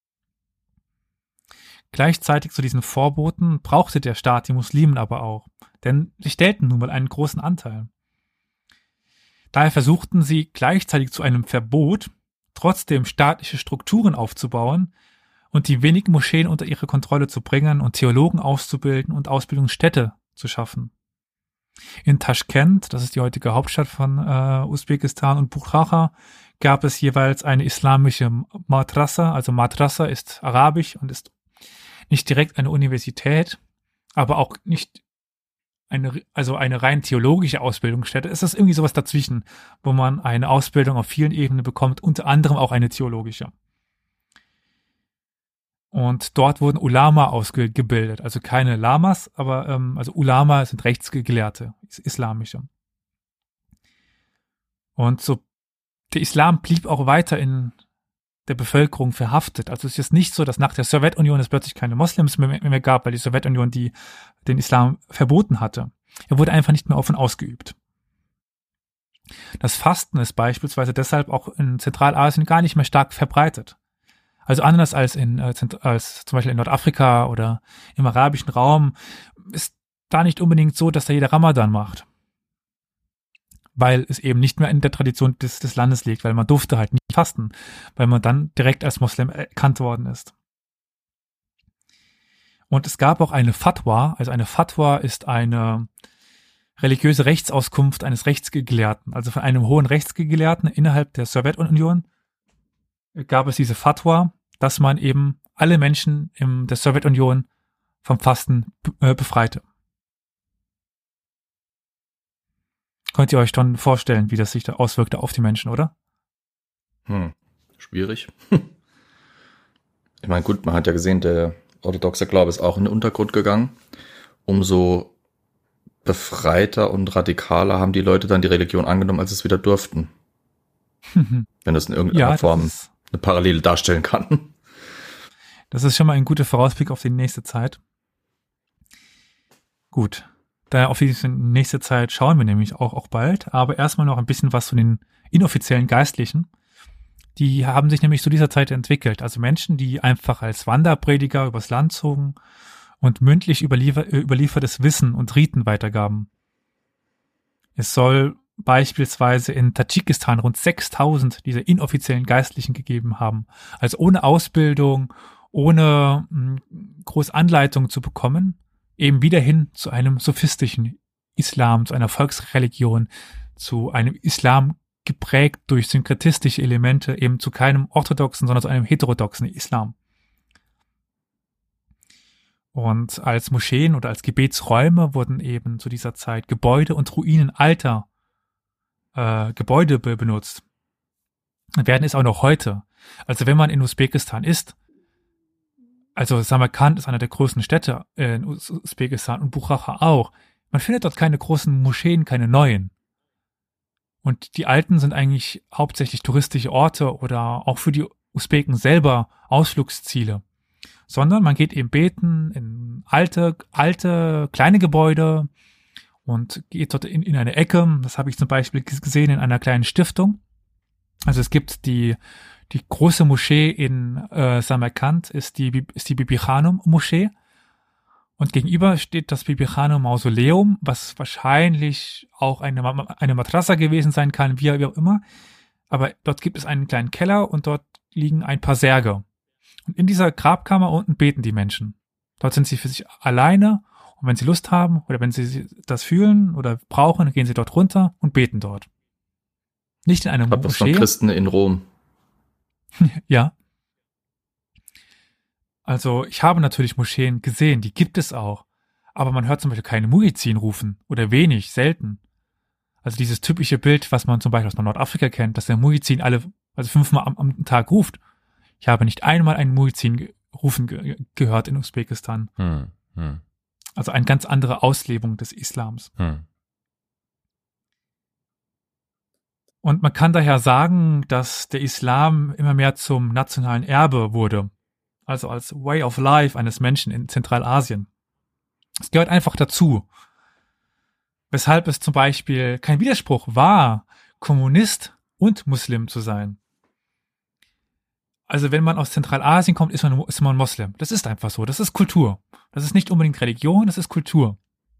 Gleichzeitig zu diesen Vorboten brauchte der Staat die Muslimen aber auch, denn sie stellten nun mal einen großen Anteil. Daher versuchten sie gleichzeitig zu einem Verbot trotzdem staatliche Strukturen aufzubauen und die wenigen Moscheen unter ihre Kontrolle zu bringen und Theologen auszubilden und Ausbildungsstätte zu schaffen. In Taschkent, das ist die heutige Hauptstadt von äh, Usbekistan, und Bukhara gab es jeweils eine islamische Madrasa, also Madrasa ist arabisch und ist nicht direkt eine Universität, aber auch nicht eine, also eine rein theologische Ausbildungsstätte. Es ist irgendwie sowas dazwischen, wo man eine Ausbildung auf vielen Ebenen bekommt, unter anderem auch eine theologische. Und dort wurden Ulama ausgebildet, also keine Lamas, aber ähm, also Ulama sind Rechtsgelehrte, islamische. Und so, der Islam blieb auch weiter in der Bevölkerung verhaftet. Also es ist nicht so, dass nach der Sowjetunion es plötzlich keine Moslems mehr, mehr gab, weil die Sowjetunion die den Islam verboten hatte. Er wurde einfach nicht mehr offen ausgeübt. Das Fasten ist beispielsweise deshalb auch in Zentralasien gar nicht mehr stark verbreitet. Also anders als in als zum Beispiel in Nordafrika oder im arabischen Raum ist da nicht unbedingt so, dass da jeder Ramadan macht. Weil es eben nicht mehr in der Tradition des, des Landes liegt, weil man durfte halt nicht fasten, weil man dann direkt als Moslem erkannt worden ist. Und es gab auch eine Fatwa, also eine Fatwa ist eine religiöse Rechtsauskunft eines Rechtsgelehrten, also von einem hohen Rechtsgelehrten innerhalb der Sowjetunion gab es diese Fatwa, dass man eben alle Menschen in der Sowjetunion vom Fasten be- befreite. Könnt ihr euch schon vorstellen, wie das sich da auswirkte auf die Menschen, oder? Hm, schwierig. Ich meine, gut, man hat ja gesehen, der orthodoxe Glaube ist auch in den Untergrund gegangen. Umso befreiter und radikaler haben die Leute dann die Religion angenommen, als es wieder durften. Wenn das in irgendeiner Ja, Form das ist, eine Parallele darstellen kann. das ist schon mal ein guter Vorausblick auf die nächste Zeit. Gut. Da auf die nächste Zeit schauen wir nämlich auch, auch bald, aber erstmal noch ein bisschen was zu den inoffiziellen Geistlichen. Die haben sich nämlich zu dieser Zeit entwickelt, also Menschen, die einfach als Wanderprediger übers Land zogen und mündlich überliefer, überliefertes Wissen und Riten weitergaben. Es soll beispielsweise in Tadschikistan rund sechstausend dieser inoffiziellen Geistlichen gegeben haben, also ohne Ausbildung, ohne mh, groß Anleitung zu bekommen, eben wieder hin zu einem sophistischen Islam, zu einer Volksreligion, zu einem Islam geprägt durch synkretistische Elemente, eben zu keinem orthodoxen, sondern zu einem heterodoxen Islam. Und als Moscheen oder als Gebetsräume wurden eben zu dieser Zeit Gebäude und Ruinen alter äh, Gebäude be- benutzt. Werden es auch noch heute. Also wenn man in Usbekistan ist, also Samarkand ist einer der größten Städte in Usbekistan und Buchacha auch. Man findet dort keine großen Moscheen, keine neuen. Und die alten sind eigentlich hauptsächlich touristische Orte oder auch für die Usbeken selber Ausflugsziele. Sondern man geht eben beten in alte, alte, kleine Gebäude und geht dort in, in eine Ecke. Das habe ich zum Beispiel gesehen in einer kleinen Stiftung. Also es gibt die Die große Moschee in äh, Samarkand ist die, ist die Bibi Khanum Moschee. Und gegenüber steht das Bibi Khanum Mausoleum, was wahrscheinlich auch eine, eine Madrasa gewesen sein kann, wie, wie auch immer. Aber dort gibt es einen kleinen Keller und dort liegen ein paar Särge. Und in dieser Grabkammer unten beten die Menschen. Dort sind sie für sich alleine. Und wenn sie Lust haben oder wenn sie das fühlen oder brauchen, gehen sie dort runter und beten dort. Nicht in einer Hat was von Moschee. Christen in Rom. Ja. Also ich habe natürlich Moscheen gesehen, die gibt es auch. Aber man hört zum Beispiel keine Muezzin rufen oder wenig, selten. Also dieses typische Bild, was man zum Beispiel aus Nordafrika kennt, dass der Muezzin alle, also fünfmal am, am Tag ruft. Ich habe nicht einmal einen Muezzin ge- rufen ge- gehört in Usbekistan. Hm, hm, Also eine ganz andere Auslebung des Islams. hm. Und man kann daher sagen, dass der Islam immer mehr zum nationalen Erbe wurde. Also als Way of Life eines Menschen in Zentralasien. Es gehört einfach dazu. Weshalb es zum Beispiel kein Widerspruch war, Kommunist und Muslim zu sein. Also wenn man aus Zentralasien kommt, ist man, ist man Moslem. Das ist einfach so. Das ist Kultur. Das ist nicht unbedingt Religion, das ist Kultur.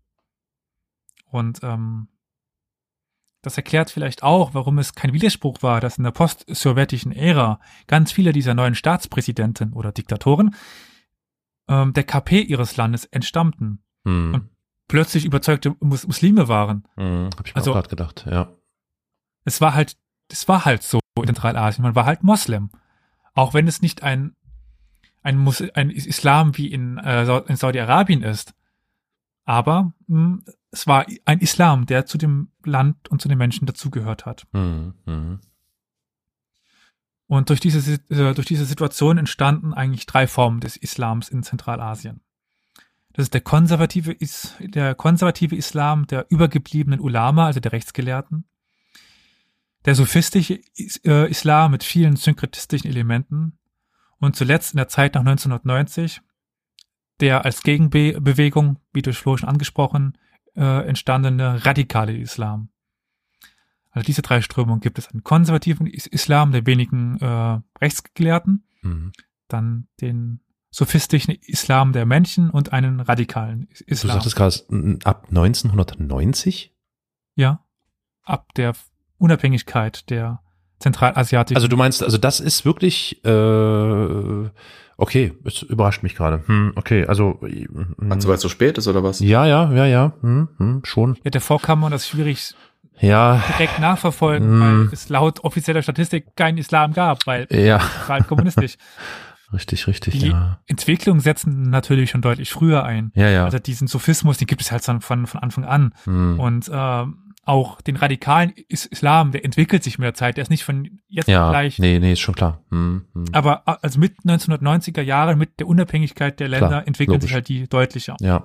Und ähm, das erklärt vielleicht auch, warum es kein Widerspruch war, dass in der post-sowjetischen Ära ganz viele dieser neuen Staatspräsidenten oder Diktatoren ähm, der K P ihres Landes entstammten Hm. und plötzlich überzeugte Mus- Muslime waren. Hm, hab ich mir Also- auch gerade gedacht, ja. Es war halt, es war halt so in Zentralasien, man war halt Moslem. Auch wenn es nicht ein, ein, Mus- ein Islam wie in, äh, Sau- in Saudi-Arabien ist. Aber mh, es war ein Islam, der zu dem Land und zu den Menschen dazugehört hat. Hm, hm. Und durch diese, Si- äh, durch diese Situation entstanden eigentlich drei Formen des Islams in Zentralasien. Das ist der konservative, Is- der konservative Islam der übergebliebenen Ulama, also der Rechtsgelehrten. der sophistische Is- äh, Islam mit vielen synkretistischen Elementen und zuletzt in der Zeit nach neunzehnhundertneunzig der als Gegenbewegung, wie durch Flo schon angesprochen, äh, entstandene radikale Islam. Also diese drei Strömungen gibt es: einen konservativen Is- Islam der wenigen äh, Rechtsgelehrten, Mhm. dann den sophistischen Islam der Männchen und einen radikalen Du Islam. sagtest gerade, ab neunzehnhundertneunzig? Ja, ab der Unabhängigkeit der zentralasiatischen. Also du meinst, also das ist wirklich, äh, okay, es überrascht mich gerade. Hm, okay, also. hm, Meinst du, weil es so spät ist oder was? Ja, ja, ja, ja, hm, hm, schon. ja, davor kann man das schwierig Ja, direkt nachverfolgen, Mm. weil es laut offizieller Statistik keinen Islam gab, weil ja, es war halt kommunistisch. richtig, richtig, Die ja. Entwicklungen setzen natürlich schon deutlich früher ein. Ja, ja. Also diesen Sophismus, den gibt es halt von, von, von Anfang an. Hm. Und ähm, auch den radikalen Is- Islam, der entwickelt sich mit der Zeit, der ist nicht von jetzt Ja, gleich. nee, nee, ist schon klar. Hm, hm. Aber äh, also mit neunzehnhundertneunziger Jahren, mit der Unabhängigkeit der Länder, Klar, entwickeln logisch. sich halt die deutlicher. Ja,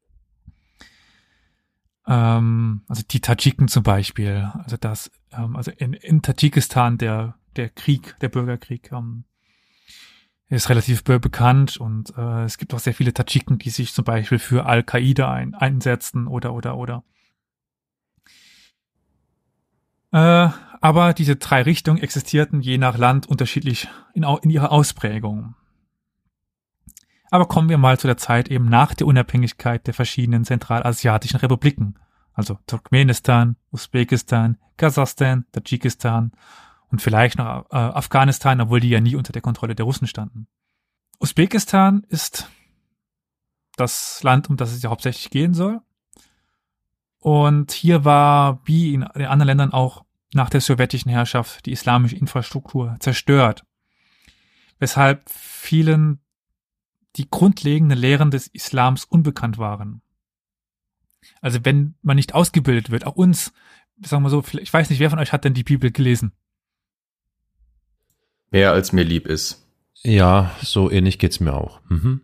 Ähm, also die Tadschiken zum Beispiel, also das, ähm, also in, in Tadschikistan der der Krieg, der Bürgerkrieg, ähm, ist relativ be bekannt und äh, es gibt auch sehr viele Tadschiken, die sich zum Beispiel für Al-Qaida ein, einsetzen oder oder oder. Äh, aber diese drei Richtungen existierten je nach Land unterschiedlich in, au- in ihrer Ausprägung. Aber kommen wir mal zu der Zeit eben nach der Unabhängigkeit der verschiedenen zentralasiatischen Republiken, also Turkmenistan, Usbekistan, Kasachstan, Tadschikistan und vielleicht noch äh, Afghanistan, obwohl die ja nie unter der Kontrolle der Russen standen. Usbekistan ist das Land, um das es ja hauptsächlich gehen soll. Und hier war, wie in den anderen Ländern auch nach der sowjetischen Herrschaft, die islamische Infrastruktur zerstört, weshalb vielen die grundlegenden Lehren des Islams unbekannt waren. Also wenn man nicht ausgebildet wird, auch uns, sagen wir so, ich weiß nicht, wer von euch hat denn die Bibel gelesen? Mehr als mir lieb ist. ja, so ähnlich geht's mir auch. Mhm.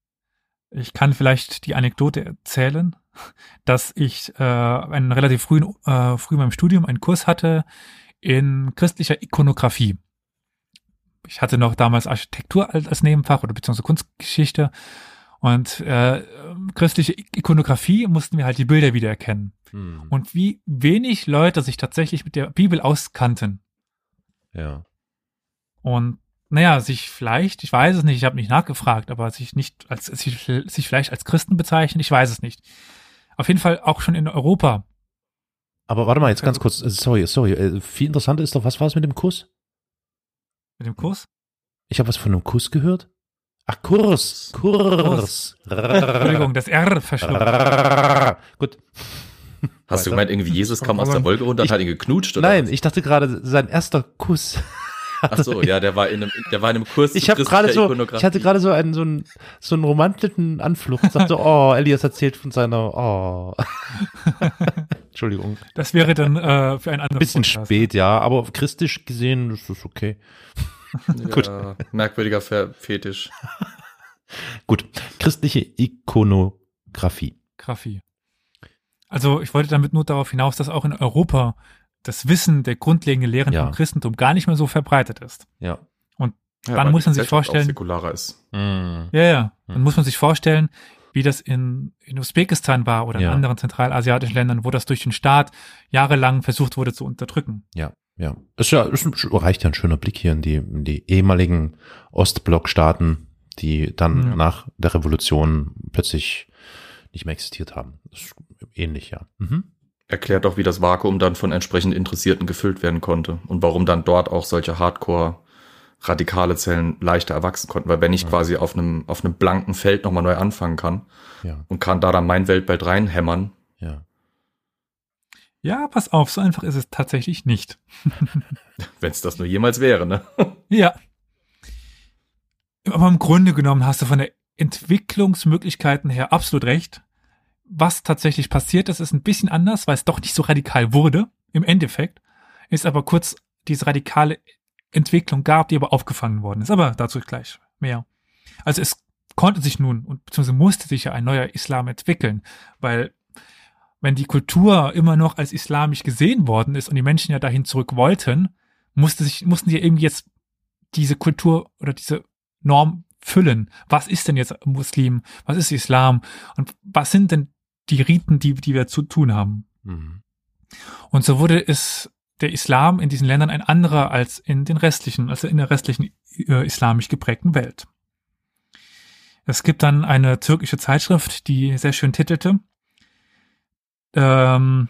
Ich kann vielleicht die Anekdote erzählen, dass ich äh, einen relativ frühen, äh, früh in meinem Studium einen Kurs hatte in christlicher Ikonographie. Ich hatte noch damals Architektur als, als Nebenfach oder beziehungsweise Kunstgeschichte und äh, christliche Ikonographie mussten wir halt die Bilder wiedererkennen. Hm. Und wie wenig Leute sich tatsächlich mit der Bibel auskannten. Ja. Und naja, sich vielleicht, ich weiß es nicht, ich habe nicht nachgefragt, aber sich nicht als sich, sich vielleicht als Christen bezeichnen, ich weiß es nicht. Auf jeden Fall auch schon in Europa. Aber warte mal, jetzt ganz kurz, äh, sorry, sorry, äh, viel interessanter ist doch, was war es mit dem Kuss? Mit dem Kurs? Ich habe was von einem Kuss gehört. Ach, Kurs, Kurs. Entschuldigung, das R verschluckt. Gut. Hast du Weiter. gemeint, irgendwie Jesus kam aus der Wolke runter und Ich- hat ihn geknutscht? Oder Nein, was? ich dachte gerade, sein erster Kuss. Ach so, ja, der war in einem, der war in einem Kurs Ich zu habe gerade christlicher so, Ikonografie. ich hatte gerade so einen, so einen, so einen romantischen Anflug. Ich dachte so, oh, Elias erzählt von seiner, oh. Entschuldigung. Das wäre dann äh, für einen Ein anderen bisschen Podcast. spät, ja, aber christlich gesehen ist es okay. Gut. Ja, merkwürdiger Fe- Fetisch. Gut. Christliche Ikonografie. Graphie. Also ich wollte damit nur darauf hinaus, dass auch in Europa das Wissen der grundlegenden Lehren Ja. vom Christentum gar nicht mehr so verbreitet ist. Ja. Ja, Dann weil muss die man sich Gesellschaft auch vorstellen- säkularer ist. Mm. Ja, ja. Dann Hm. muss man sich vorstellen, wie das in, in Usbekistan war oder Ja. in anderen zentralasiatischen Ländern, wo das durch den Staat jahrelang versucht wurde zu unterdrücken. Ja, ja. Ist ja, ist, reicht ja ein schöner Blick hier in die, in die ehemaligen Ostblockstaaten, die dann Ja. nach der Revolution plötzlich nicht mehr existiert haben. Das ist ähnlich, ja. Mhm. Erklärt auch, wie das Vakuum dann von entsprechend Interessierten gefüllt werden konnte und warum dann dort auch solche Hardcore radikale Zellen leichter erwachsen konnten, weil wenn ich Ja. quasi auf einem auf einem blanken Feld nochmal neu anfangen kann Ja, und kann da dann mein Weltbild reinhämmern, ja. Ja, pass auf, so einfach ist es tatsächlich nicht. wenn es das nur jemals wäre, ne? Ja. Aber im Grunde genommen hast du von der Entwicklungsmöglichkeiten her absolut recht. Was tatsächlich passiert ist, ist ein bisschen anders, weil es doch nicht so radikal wurde. Im Endeffekt ist aber kurz diese radikale Entwicklung gab, die aber aufgefangen worden ist. Aber dazu gleich mehr. Also es konnte sich nun und beziehungsweise musste sich ja ein neuer Islam entwickeln, weil wenn die Kultur immer noch als islamisch gesehen worden ist und die Menschen ja dahin zurück wollten, musste sich, mussten die irgendwie jetzt diese Kultur oder diese Norm füllen. Was ist denn jetzt Muslim? Was ist Islam? Und was sind denn die Riten, die, die wir zu tun haben? Mhm. Und so wurde es der Islam in diesen Ländern ein anderer als in den restlichen, also in der restlichen äh, islamisch geprägten Welt. Es gibt dann eine türkische Zeitschrift, die sehr schön titelte, ähm,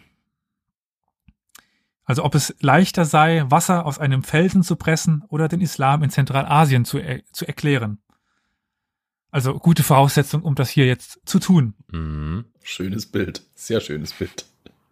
also ob es leichter sei, Wasser aus einem Felsen zu pressen oder den Islam in Zentralasien zu, er- zu erklären. Also gute Voraussetzung, um das hier jetzt zu tun. Mhm. Schönes Bild. Sehr schönes Bild.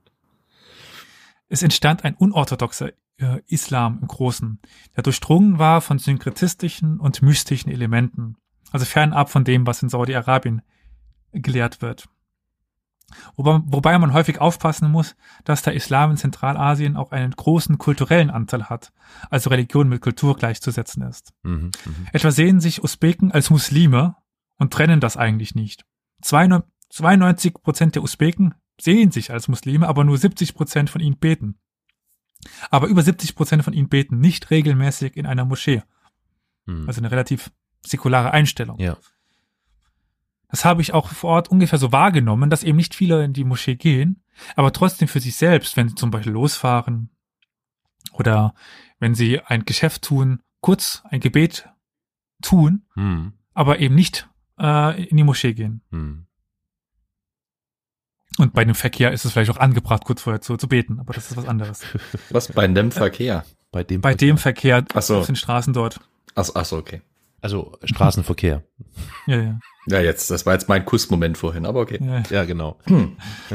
Es entstand ein unorthodoxer äh, Islam im Großen, der durchdrungen war von synkretistischen und mystischen Elementen, also fernab von dem, was in Saudi-Arabien gelehrt wird. Wobei, wobei man häufig aufpassen muss, dass der Islam in Zentralasien auch einen großen kulturellen Anteil hat, also Religion mit Kultur gleichzusetzen ist. Mhm. Mhm. Etwa sehen sich Usbeken als Muslime und trennen das eigentlich nicht. zweiundneunzig Prozent der Usbeken sehen sich als Muslime, aber nur siebzig Prozent von ihnen beten. Aber über siebzig Prozent von ihnen beten nicht regelmäßig in einer Moschee. Mhm. Also eine relativ säkulare Einstellung. Ja. Das habe ich auch vor Ort ungefähr so wahrgenommen, dass eben nicht viele in die Moschee gehen, aber trotzdem für sich selbst, wenn sie zum Beispiel losfahren oder wenn sie ein Geschäft tun, kurz ein Gebet tun, Mhm. aber eben nicht äh, in die Moschee gehen. Mhm. Und bei dem Verkehr ist es vielleicht auch angebracht, kurz vorher zu, zu beten, aber das ist was anderes. Was bei dem Verkehr? Bei dem, Bei dem Verkehr Ach so. auf den Straßen dort. Ach, ach so, okay. also Straßenverkehr. Ja, ja, Ja, jetzt, das war jetzt mein Kussmoment vorhin, aber okay. ja. Ja, genau. Hm.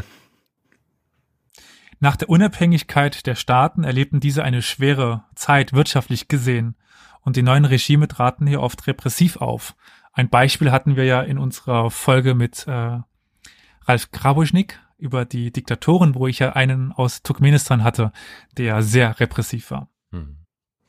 Nach der Unabhängigkeit der Staaten erlebten diese eine schwere Zeit wirtschaftlich gesehen und die neuen Regime traten hier oft repressiv auf. Ein Beispiel hatten wir ja in unserer Folge mit äh, Ralf Grabuschnik über die Diktatoren, wo ich ja einen aus Turkmenistan hatte, der sehr repressiv war. Mhm.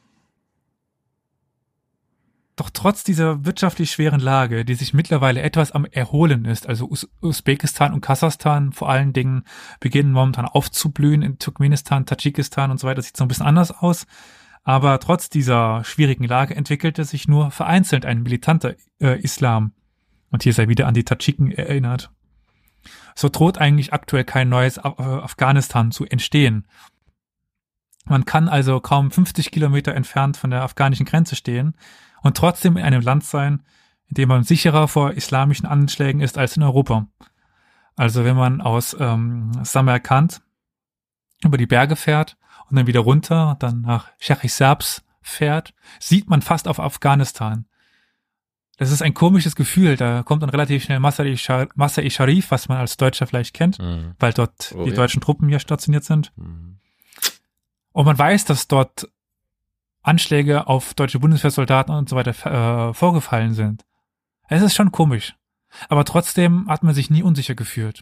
Doch trotz dieser wirtschaftlich schweren Lage, die sich mittlerweile etwas am Erholen ist, also Us- Usbekistan und Kasachstan vor allen Dingen beginnen momentan aufzublühen, in Turkmenistan, Tadschikistan und so weiter, sieht so ein bisschen anders aus. Aber trotz dieser schwierigen Lage entwickelte sich nur vereinzelt ein militanter äh, Islam. Und hier sei wieder an die Tadschiken erinnert. So droht eigentlich aktuell kein neues Af- äh, Afghanistan zu entstehen. Man kann also kaum fünfzig Kilometer entfernt von der afghanischen Grenze stehen und trotzdem in einem Land sein, in dem man sicherer vor islamischen Anschlägen ist als in Europa. Also wenn man aus ähm, Samarkand über die Berge fährt und dann wieder runter, dann nach Shahrizabs fährt, sieht man fast auf Afghanistan. Das ist ein komisches Gefühl, da kommt dann relativ schnell Masar-e Sharif, was man als Deutscher vielleicht kennt, Mhm. weil dort Oh, die ja. deutschen Truppen hier stationiert sind. Mhm. Und man weiß, dass dort Anschläge auf deutsche Bundeswehrsoldaten und so weiter äh, vorgefallen sind. Es ist schon komisch. Aber trotzdem hat man sich nie unsicher gefühlt.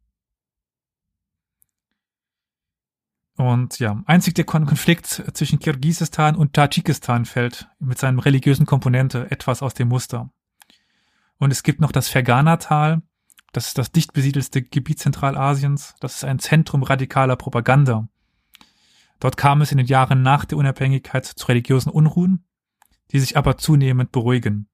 Und ja, einzig der Kon- Konflikt zwischen Kirgisistan und Tadschikistan fällt mit seinem religiösen Komponente etwas aus dem Muster. Und es gibt noch das Fergana-Tal, das ist das dicht besiedelste Gebiet Zentralasiens. Das ist ein Zentrum radikaler Propaganda. Dort kam es in den Jahren nach der Unabhängigkeit zu religiösen Unruhen, die sich aber zunehmend beruhigen.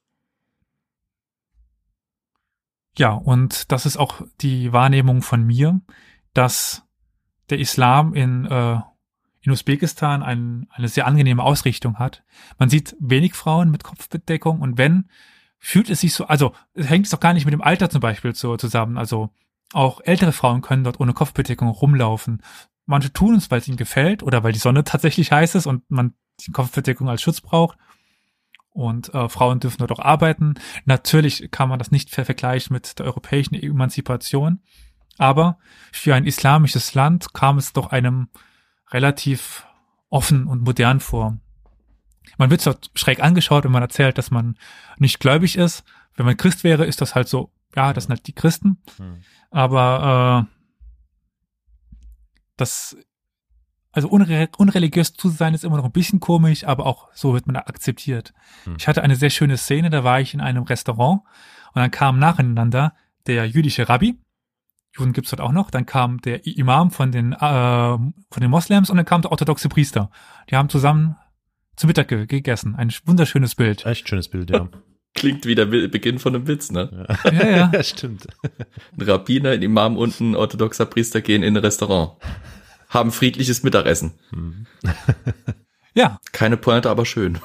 Ja, und das ist auch die Wahrnehmung von mir, dass der Islam in, äh, in Usbekistan ein, eine sehr angenehme Ausrichtung hat. Man sieht wenig Frauen mit Kopfbedeckung und wenn, fühlt es sich so, also es hängt es doch gar nicht mit dem Alter zum Beispiel so zusammen. Also auch ältere Frauen können dort ohne Kopfbedeckung rumlaufen. Manche tun es, weil es ihnen gefällt oder weil die Sonne tatsächlich heiß ist und man die Kopfbedeckung als Schutz braucht. Und äh, Frauen dürfen dort auch arbeiten. Natürlich kann man das nicht ver- vergleichen mit der europäischen Emanzipation. Aber für ein islamisches Land kam es doch einem relativ offen und modern vor. Man wird dort schräg angeschaut, wenn man erzählt, dass man nicht gläubig ist. Wenn man Christ wäre, ist das halt so, ja, das sind halt die Christen. Mhm. Aber äh, das, also unre unreligiös zu sein, ist immer noch ein bisschen komisch, aber auch so wird man akzeptiert. Hm. Ich hatte eine sehr schöne Szene, da war ich in einem Restaurant und dann kam nacheinander der jüdische Rabbi Juden gibt's dort auch noch. Dann kam der Imam von den äh, von den Moslems und dann kam der orthodoxe Priester. Die haben zusammen zu Mittag ge- gegessen. Ein wunderschönes Bild. Echt schönes Bild, ja. Klingt wie der Beginn von einem Witz, ne? Ja, ja. Ja, stimmt. Ein Rabbiner, ein Imam und ein orthodoxer Priester gehen in ein Restaurant. Haben friedliches Mittagessen. Mhm. Ja. Keine Pointe, aber schön.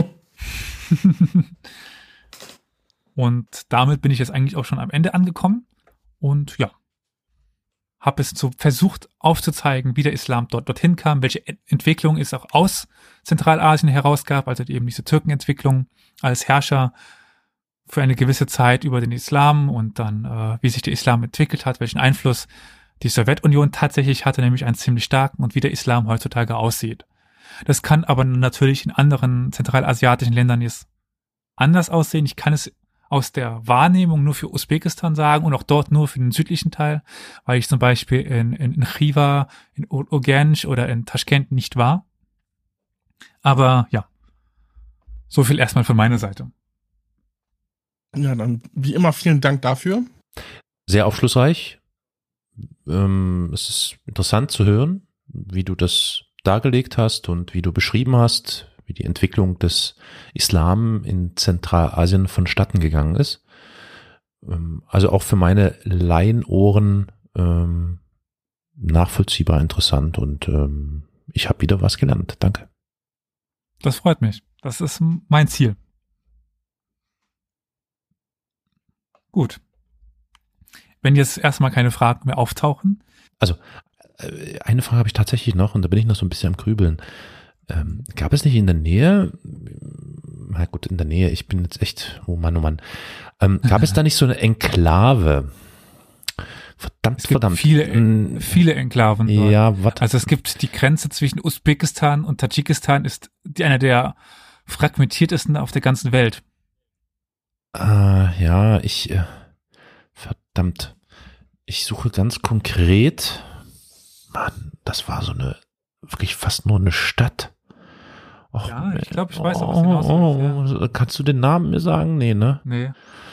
Und damit bin ich jetzt eigentlich auch schon am Ende angekommen. Und ja, habe es so versucht aufzuzeigen, wie der Islam dort dorthin kam, welche Ent- Entwicklung es auch aus Zentralasien herausgab, also eben diese Türkenentwicklung als Herrscher für eine gewisse Zeit über den Islam und dann, äh, wie sich der Islam entwickelt hat, welchen Einfluss die Sowjetunion tatsächlich hatte, nämlich einen ziemlich starken, und wie der Islam heutzutage aussieht. Das kann aber natürlich in anderen zentralasiatischen Ländern jetzt anders aussehen. Ich kann es aus der Wahrnehmung nur für Usbekistan sagen und auch dort nur für den südlichen Teil, weil ich zum Beispiel in, in, in Khiva, in Urgench oder in Taschkent nicht war. Aber ja, so viel erstmal von meiner Seite. Ja, dann wie immer vielen Dank dafür. Sehr aufschlussreich. Ähm, es ist interessant zu hören, wie du das dargelegt hast und wie du beschrieben hast, wie die Entwicklung des Islam in Zentralasien vonstatten gegangen ist. Ähm, also auch für meine Laienohren ähm, nachvollziehbar interessant und ähm, ich habe wieder was gelernt. Danke. Das freut mich. Das ist mein Ziel. Gut. Wenn jetzt erstmal keine Fragen mehr auftauchen. Also, äh, eine Frage habe ich tatsächlich noch und da bin ich noch so ein bisschen am Grübeln. Ähm, gab es nicht in der Nähe, na gut, in der Nähe, ich bin jetzt echt, oh Mann, oh Mann, ähm, gab es da nicht so eine Enklave? Verdammt, Es gibt verdammt. viele, Mm, viele Enklaven dort. Ja, was? Also es gibt die Grenze zwischen Usbekistan und Tadschikistan ist die eine der fragmentiertesten auf der ganzen Welt. Äh, ja, ich, äh, verdammt, ich suche ganz konkret, Mann, das war so eine, wirklich fast nur eine Stadt. Och, Ja, ich glaube, ich weiß, oh, auf was hinaus willst, oh, oh, kannst du den Namen mir sagen? Nee, ne? Nee.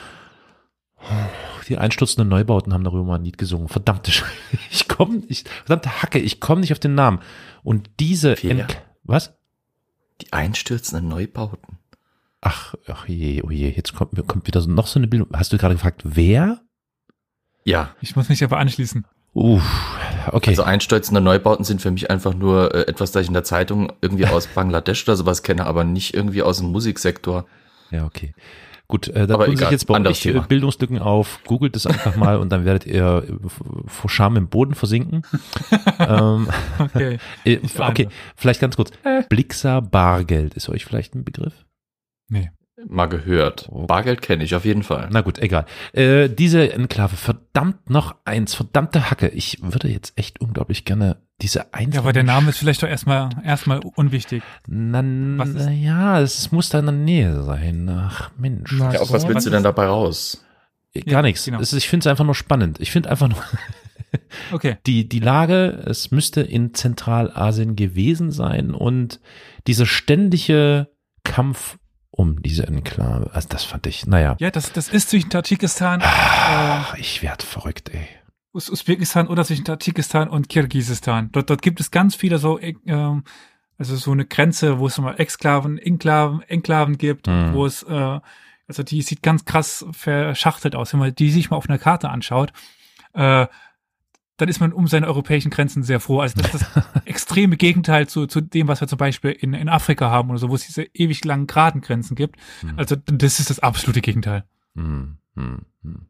Die einstürzenden Neubauten haben darüber mal ein Lied gesungen. Verdammte Scheiße. Ich komme, ich, verdammte Hacke, ich komme nicht auf den Namen. Und diese, Wer? Ent- was? Die einstürzenden Neubauten. Ach, ach je, oh je, jetzt kommt, kommt wieder so, noch so eine Bildung. Hast du gerade gefragt, wer? Ja, Ich muss mich aber anschließen. Uff, okay. also einstürzende Neubauten sind für mich einfach nur äh, etwas, das ich in der Zeitung irgendwie aus Bangladesch oder sowas kenne, aber nicht irgendwie aus dem Musiksektor. Ja, okay. Gut, äh, da Aber tun sich egal, jetzt bei anderes euch äh, Thema. Bildungslücken auf. Googelt es einfach mal und dann werdet ihr äh, vor Scham im Boden versinken. ähm, Okay. äh, Ich okay, ahne. vielleicht ganz kurz. Blixer Bargeld ist euch vielleicht ein Begriff? Nee. Mal gehört. Bargeld kenne ich auf jeden Fall. Na gut, egal. Äh, diese Enklave, verdammt noch eins, verdammte Hacke. Ich würde jetzt echt unglaublich gerne diese einzelnen... Ja, aber der Name ist vielleicht doch erstmal erstmal unwichtig. Na, Was ist- na ja, es muss da in der Nähe sein. Ach Mensch. Na, Ja, auf was so, willst was du denn ist- dabei raus? Gar Ja, nichts. genau. Es ist, ich finde es einfach nur spannend. Ich finde einfach nur... Okay. Die, die Lage, es müsste in Zentralasien gewesen sein und dieser ständige Kampf um diese Enklave, also das fand ich, naja, Ja, das, das ist zwischen Tadschikistan, äh, ach, ich werd verrückt, ey. Us- Usbekistan oder zwischen Tadschikistan und Kirgisistan. Dort, dort gibt es ganz viele so, äh, ähm, also so eine Grenze, wo es immer Exklaven, Enklaven, Enklaven gibt, Mhm. wo es, äh, also die sieht ganz krass verschachtelt aus. Wenn man die sich mal auf einer Karte anschaut, äh, dann ist man um seine europäischen Grenzen sehr froh. Also das ist das extreme Gegenteil zu, zu dem, was wir zum Beispiel in, in Afrika haben oder so, wo es diese ewig langen geraden Grenzen gibt. Mhm. Also das ist das absolute Gegenteil. Hm, hm, hm.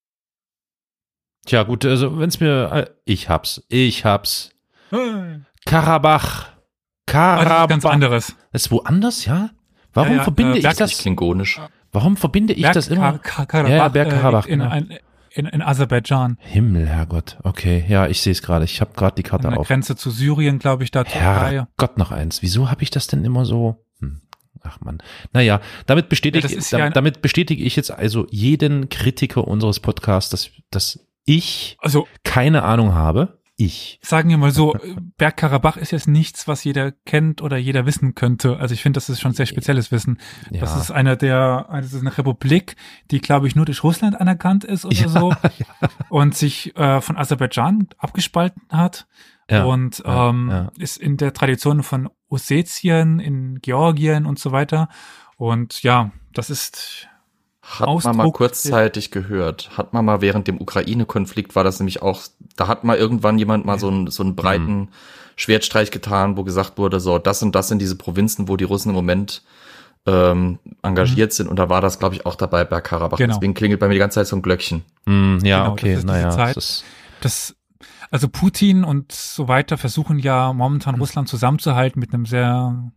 Tja, gut, also wenn's mir, äh, ich hab's, ich hab's. Karabach. Ah, das ist Karabach. ganz anderes. Das ist woanders, ja? Warum Ja, ja, verbinde äh, ich Berg- das? Nicht klingonisch. Warum verbinde ich das immer? Kar- Karabach, Ja, ja, Bergkarabach, äh, in, genau. ein, in, in Aserbaidschan. Himmel, Herrgott. Okay, ja, ich sehe es gerade. Ich habe gerade die An Karte der auf. Grenze zu Syrien, glaube ich, da Türkei. Herrgott, noch eins. Wieso habe ich das denn immer so? Hm. Ach man. Naja, damit bestätige, Ja, das ist da, ja ein- damit bestätige ich jetzt also jeden Kritiker unseres Podcasts, dass, dass ich Also, keine Ahnung habe. ich. Sagen wir mal so, Bergkarabach ist jetzt nichts, was jeder kennt oder jeder wissen könnte. Also ich finde, das ist schon sehr spezielles Wissen. Ja. Das ist eine der, das ist eine Republik, die, glaube ich, nur durch Russland anerkannt ist oder Ja, so ja. und sich äh, von Aserbaidschan abgespalten hat. Ja, und ja, ähm, ja. ist in der Tradition von Ossetien, in Georgien und so weiter. Und ja, das ist Hat man mal Ausdruck kurzzeitig gehört. Hat man mal während dem Ukraine-Konflikt war das nämlich auch, da hat mal irgendwann jemand mal so einen, so einen breiten Mhm. Schwertstreich getan, wo gesagt wurde, so, das und das sind diese Provinzen, wo die Russen im Moment ähm, engagiert sind. Und da war das, glaube ich, auch dabei bei Karabach. Genau. Deswegen klingelt bei mir die ganze Zeit so ein Glöckchen. Hm, ja, Genau, okay, das ist diese naja. Zeit. Das ist, das, also Putin und so weiter versuchen ja momentan Mhm. Russland zusammenzuhalten mit einem sehr,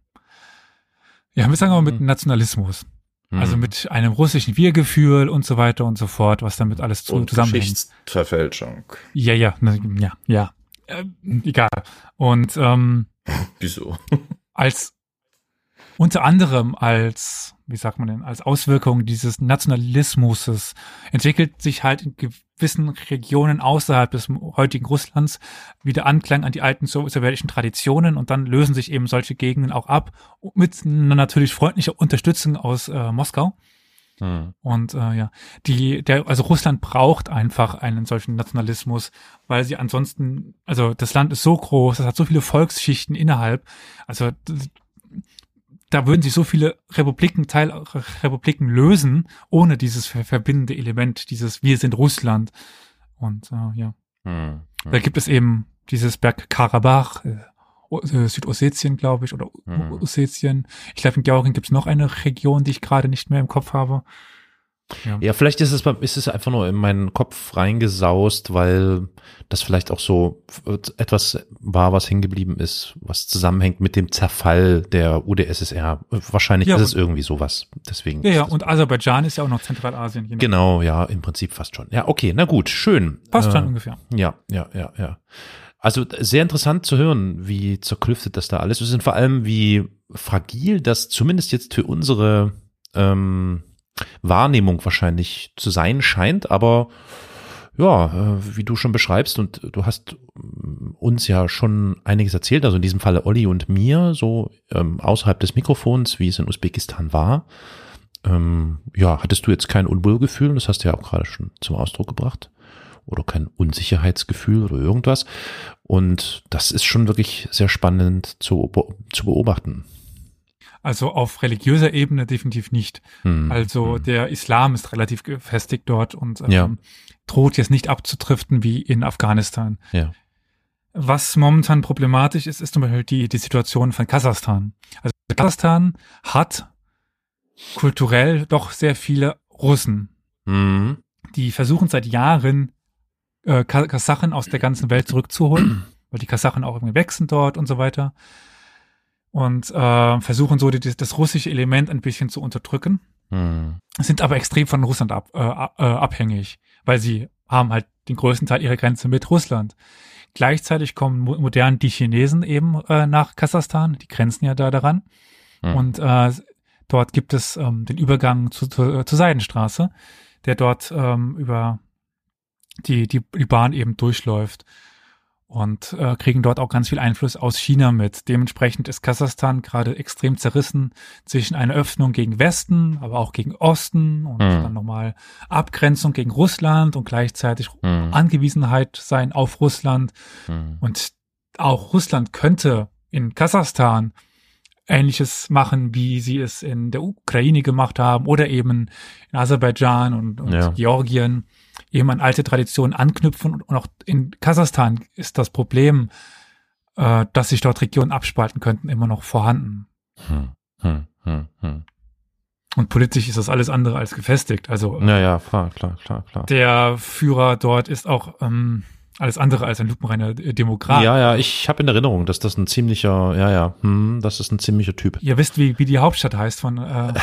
ja, wir sagen aber mit Mhm. Nationalismus. Also hm. mit einem russischen Wir-Gefühl und so weiter und so fort, was damit alles zu, Und zusammenhängt. Geschichtsverfälschung. Ja, ja, ne, ja, ja. Äh, egal. Und ähm, Wieso? als unter anderem als, wie sagt man denn, als Auswirkung dieses Nationalismus entwickelt sich halt in gewissen Regionen außerhalb des heutigen Russlands wieder Anklang an die alten sowjetischen Traditionen und dann lösen sich eben solche Gegenden auch ab mit einer natürlich freundlicher Unterstützung aus äh, Moskau. Hm. Und äh, ja, die, der, also Russland braucht einfach einen solchen Nationalismus, weil sie ansonsten, also das Land ist so groß, es hat so viele Volksschichten innerhalb, also d- da würden sich so viele Republiken, Teilrepubliken lösen, ohne dieses ver- verbindende Element, dieses Wir sind Russland. Und äh, ja, Hm. da gibt es eben dieses Bergkarabach, äh, O- äh, Südossetien, glaube ich, oder O- Mhm. Ossetien. Ich glaube, in Georgien gibt es noch eine Region, die ich gerade nicht mehr im Kopf habe. Ja. Ja, vielleicht ist es, beim- ist es einfach nur in meinen Kopf reingesaust, weil das vielleicht auch so etwas war, was hängen geblieben ist, was zusammenhängt mit dem Zerfall der U d S S R. Wahrscheinlich Ja, ist es und- irgendwie sowas. Deswegen. Ja, ja, ist das- und Aserbaidschan ist ja auch noch Zentralasien. Genau. Genau, ja, im Prinzip fast schon. Ja, okay, na gut, schön. Passt schon Äh, ungefähr. Ja, ja, ja, ja. Also sehr interessant zu hören, wie zerklüftet das da alles ist und vor allem, wie fragil das zumindest jetzt für unsere ähm, Wahrnehmung wahrscheinlich zu sein scheint, aber ja, äh, wie du schon beschreibst und du hast ähm, uns ja schon einiges erzählt, also in diesem Falle Olli und mir, so ähm, außerhalb des Mikrofons, wie es in Usbekistan war. Ähm, ja, hattest du jetzt kein Unwohlgefühl, das hast du ja auch gerade schon zum Ausdruck gebracht, oder kein Unsicherheitsgefühl oder irgendwas. Und das ist schon wirklich sehr spannend zu, be- zu beobachten. Also auf religiöser Ebene definitiv nicht. Hm. Also Hm. der Islam ist relativ gefestigt dort und ähm, Ja. droht jetzt nicht abzutriften wie in Afghanistan. Ja. Was momentan problematisch ist, ist zum Beispiel die, die Situation von Kasachstan. Also Kasachstan hat kulturell doch sehr viele Russen, Hm. die versuchen seit Jahren äh, Ka- Kasachen aus der ganzen Welt zurückzuholen, weil die Kasachen auch irgendwie wechseln dort und so weiter. Und äh, versuchen so die, das russische Element ein bisschen zu unterdrücken, Hm. sind aber extrem von Russland ab, äh, äh, abhängig, weil sie haben halt den größten Teil ihrer Grenze mit Russland. Gleichzeitig kommen mo- modern die Chinesen eben äh, nach Kasachstan, die grenzen ja da daran. Hm. Und äh, dort gibt es ähm, den Übergang zu, zu, zur Seidenstraße, der dort ähm, über die, die, die Bahn eben durchläuft. Und äh, kriegen dort auch ganz viel Einfluss aus China mit. Dementsprechend ist Kasachstan gerade extrem zerrissen zwischen einer Öffnung gegen Westen, aber auch gegen Osten und Hm. dann nochmal Abgrenzung gegen Russland und gleichzeitig Hm. Angewiesenheit sein auf Russland. Hm. Und auch Russland könnte in Kasachstan Ähnliches machen, wie sie es in der Ukraine gemacht haben oder eben in Aserbaidschan und, und Ja. Georgien eben an alte Traditionen anknüpfen. Und auch in Kasachstan ist das Problem, äh, dass sich dort Regionen abspalten könnten, immer noch vorhanden. Hm. Hm. Hm. Hm. Und politisch ist das alles andere als gefestigt. Also Ja, ja, klar, klar, klar, klar. der Führer dort ist auch ähm, alles andere als ein lupenreiner Demokrat. Ja, ja, ich habe in Erinnerung, dass das ein ziemlicher, ja, ja, hm, das ist ein ziemlicher Typ. Ihr wisst, wie, wie die Hauptstadt heißt von, äh,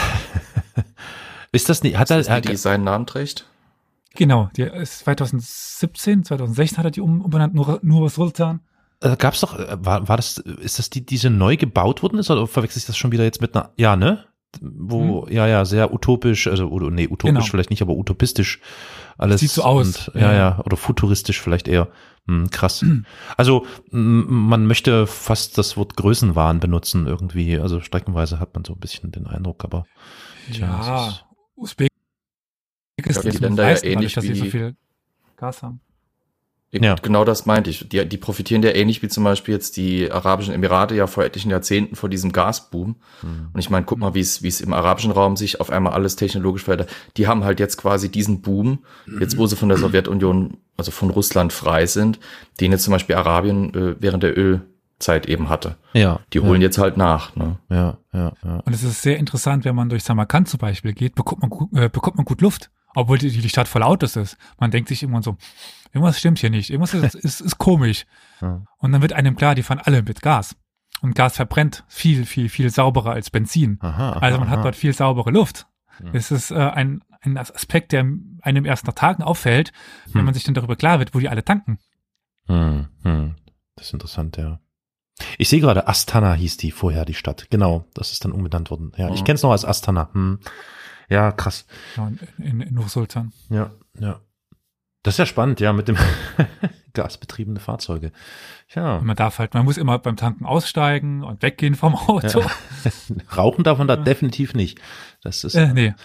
Ist das nicht, hat Ist das er, die, die seinen Namen trägt? genau, die ist zwanzig siebzehn, zwanzig sechzehn hat er die um, umbenannt, Nur, Nur Sultan. äh, gab's doch, äh, war, war das, ist das die, die so neu gebaut worden ist, oder verwechsel ich das schon wieder jetzt mit einer, ja, ne? wo, hm. ja, ja, sehr utopisch, also, oder, nee, utopisch genau. vielleicht nicht, aber utopistisch alles. Sieht so aus. Und, ja, ja, ja, oder futuristisch vielleicht eher. Hm, krass. Also, m- man möchte fast das Wort Größenwahn benutzen irgendwie, also streckenweise hat man so ein bisschen den Eindruck, aber. Tja, ja, Usbekistan ist die Länder ja ähnlich dass wie sie so viel Gas haben. Ja. Genau das meinte ich. Die, die profitieren ja ähnlich wie zum Beispiel jetzt die Arabischen Emirate ja vor etlichen Jahrzehnten vor diesem Gasboom. Mhm. Und ich meine, guck mal, wie es wie es im arabischen Raum sich auf einmal alles technologisch verändert. Die haben halt jetzt quasi diesen Boom, jetzt wo sie von der Sowjetunion, also von Russland frei sind, den jetzt zum Beispiel Arabien äh, während der Ölzeit eben hatte. Ja. Die holen ja. jetzt halt nach. Ne? Ja, ja, ja. Und es ist sehr interessant, wenn man durch Samarkand zum Beispiel geht, bekommt man, äh, bekommt man gut Luft. Obwohl die, die Stadt voll Autos ist. Man denkt sich irgendwann so, irgendwas stimmt hier nicht, irgendwas ist, ist, ist komisch. Ja. Und dann wird einem klar, die fahren alle mit Gas. Und Gas verbrennt viel, viel, viel sauberer als Benzin. Aha, aha, also man hat dort viel saubere Luft. Ja. Das ist äh, ein, ein Aspekt, der einem erst nach Tagen auffällt, wenn hm. man sich dann darüber klar wird, wo die alle tanken. Hm, hm. Das ist interessant, ja. Ich sehe gerade, Astana hieß die vorher, die Stadt. Genau, das ist dann umbenannt worden. Ja, oh. Ich kenne es noch als Astana. Hm. Ja, krass. Ja, in, in Nur-Sultan. Ja, ja. Das ist ja spannend, ja, mit dem gasbetriebene Fahrzeuge. Ja. Man darf halt, man muss immer beim Tanken aussteigen und weggehen vom Auto. Ja. Rauchen darf man da ja. definitiv nicht. Das ist. Äh, nee.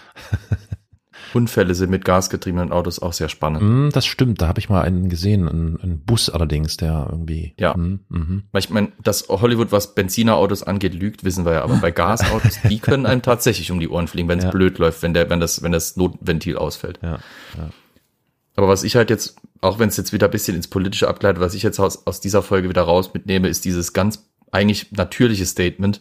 Unfälle sind mit gasgetriebenen Autos auch sehr spannend. Das stimmt, da habe ich mal einen gesehen, einen, einen Bus allerdings, der irgendwie. Ja. Mhm. Ich meine, dass Hollywood, was Benzinerautos angeht, lügt, wissen wir ja, aber bei Gasautos, die können einem tatsächlich um die Ohren fliegen, wenn es ja. blöd läuft, wenn der, wenn das, wenn das Notventil ausfällt. Ja. Ja. Aber was ich halt jetzt, auch wenn es jetzt wieder ein bisschen ins Politische abgleitet, was ich jetzt aus, aus dieser Folge wieder raus mitnehme, ist dieses ganz eigentlich natürliche Statement.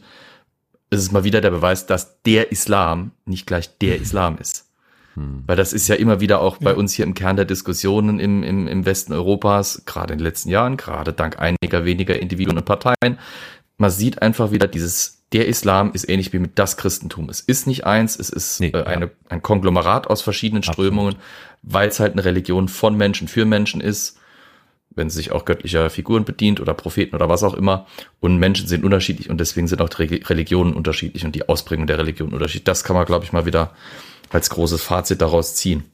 Es ist mal wieder der Beweis, dass der Islam nicht gleich der Islam ist. Hm. Weil das ist ja immer wieder auch bei ja. uns hier im Kern der Diskussionen im, im, im Westen Europas, gerade in den letzten Jahren, gerade dank einiger weniger Individuen und Parteien. Man sieht einfach wieder dieses, der Islam ist ähnlich wie mit das Christentum. Es ist nicht eins, es ist nee, äh, eine, ja. ein Konglomerat aus verschiedenen Strömungen, weil es halt eine Religion von Menschen für Menschen ist, wenn sie sich auch göttlicher Figuren bedient oder Propheten oder was auch immer. Und Menschen sind unterschiedlich und deswegen sind auch die Religionen unterschiedlich und die Ausprägung der Religion unterschiedlich. Das kann man, glaube ich, mal wieder als großes Fazit daraus ziehen.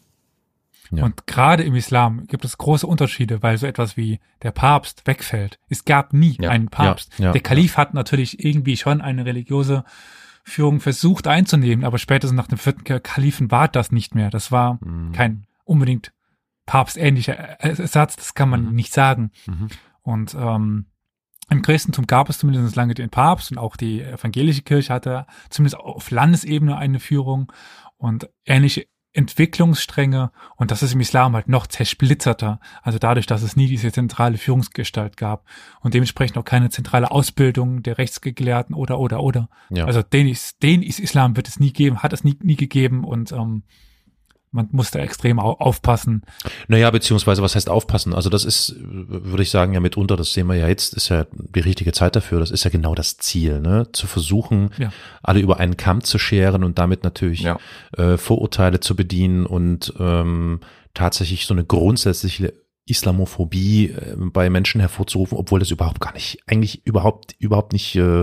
Ja. Und gerade im Islam gibt es große Unterschiede, weil so etwas wie der Papst wegfällt. Es gab nie ja. einen Papst. Ja. Ja. Der Kalif hat natürlich irgendwie schon eine religiöse Führung versucht einzunehmen, aber spätestens nach dem vierten Kalifen war das nicht mehr. Das war mhm. kein unbedingt papstähnlicher Ersatz, das kann man mhm. nicht sagen. Mhm. Und ähm, im Christentum gab es zumindest lange den Papst und auch die evangelische Kirche hatte zumindest auf Landesebene eine Führung und ähnliche Entwicklungsstränge, und das ist im Islam halt noch zersplitterter, also dadurch, dass es nie diese zentrale Führungsgestalt gab und dementsprechend auch keine zentrale Ausbildung der Rechtsgelehrten oder, oder, oder. Ja. Also den, ist, den ist Islam wird es nie geben, hat es nie, nie gegeben und ähm, man muss da extrem aufpassen. Naja, beziehungsweise, was heißt aufpassen? Also das ist, würde ich sagen, ja mitunter, das sehen wir ja jetzt, ist ja die richtige Zeit dafür, das ist ja genau das Ziel, ne? Zu versuchen, ja. alle über einen Kamm zu scheren und damit natürlich ja. äh, Vorurteile zu bedienen und ähm, tatsächlich so eine grundsätzliche Islamophobie äh, bei Menschen hervorzurufen, obwohl das überhaupt gar nicht, eigentlich überhaupt, überhaupt nicht äh,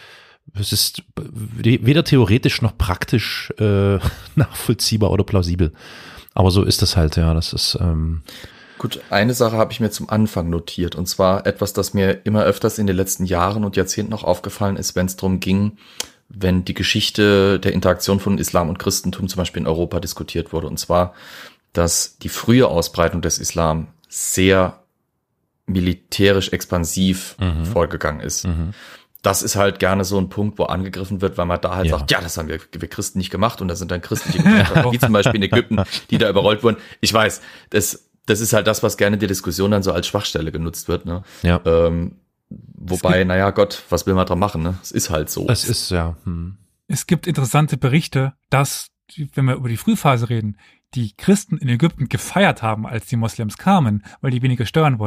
es ist weder theoretisch noch praktisch äh, nachvollziehbar oder plausibel. Aber so ist das halt, ja. Das ist ähm gut. Eine Sache habe ich mir zum Anfang notiert, und zwar etwas, das mir immer öfters in den letzten Jahren und Jahrzehnten noch aufgefallen ist, wenn es darum ging, wenn die Geschichte der Interaktion von Islam und Christentum zum Beispiel in Europa diskutiert wurde. Und zwar, dass die frühe Ausbreitung des Islam sehr militärisch expansiv mhm. vorgegangen ist. Mhm. Das ist halt gerne so ein Punkt, wo angegriffen wird, weil man da halt ja. sagt, ja, das haben wir, wir Christen nicht gemacht, und da sind dann christliche Gemeinschaften, wie zum Beispiel in Ägypten, die da überrollt wurden. Ich weiß, das, das ist halt das, was gerne in der Diskussion dann so als Schwachstelle genutzt wird. Ne? Ja. Ähm, wobei, naja, Gott, was will man dran machen? Ne? Es ist halt so. Es ist, ja. Hm. Es gibt interessante Berichte, dass, wenn wir über die Frühphase reden, die Christen in Ägypten gefeiert haben, als die Moslems kamen, weil die weniger stören wollten.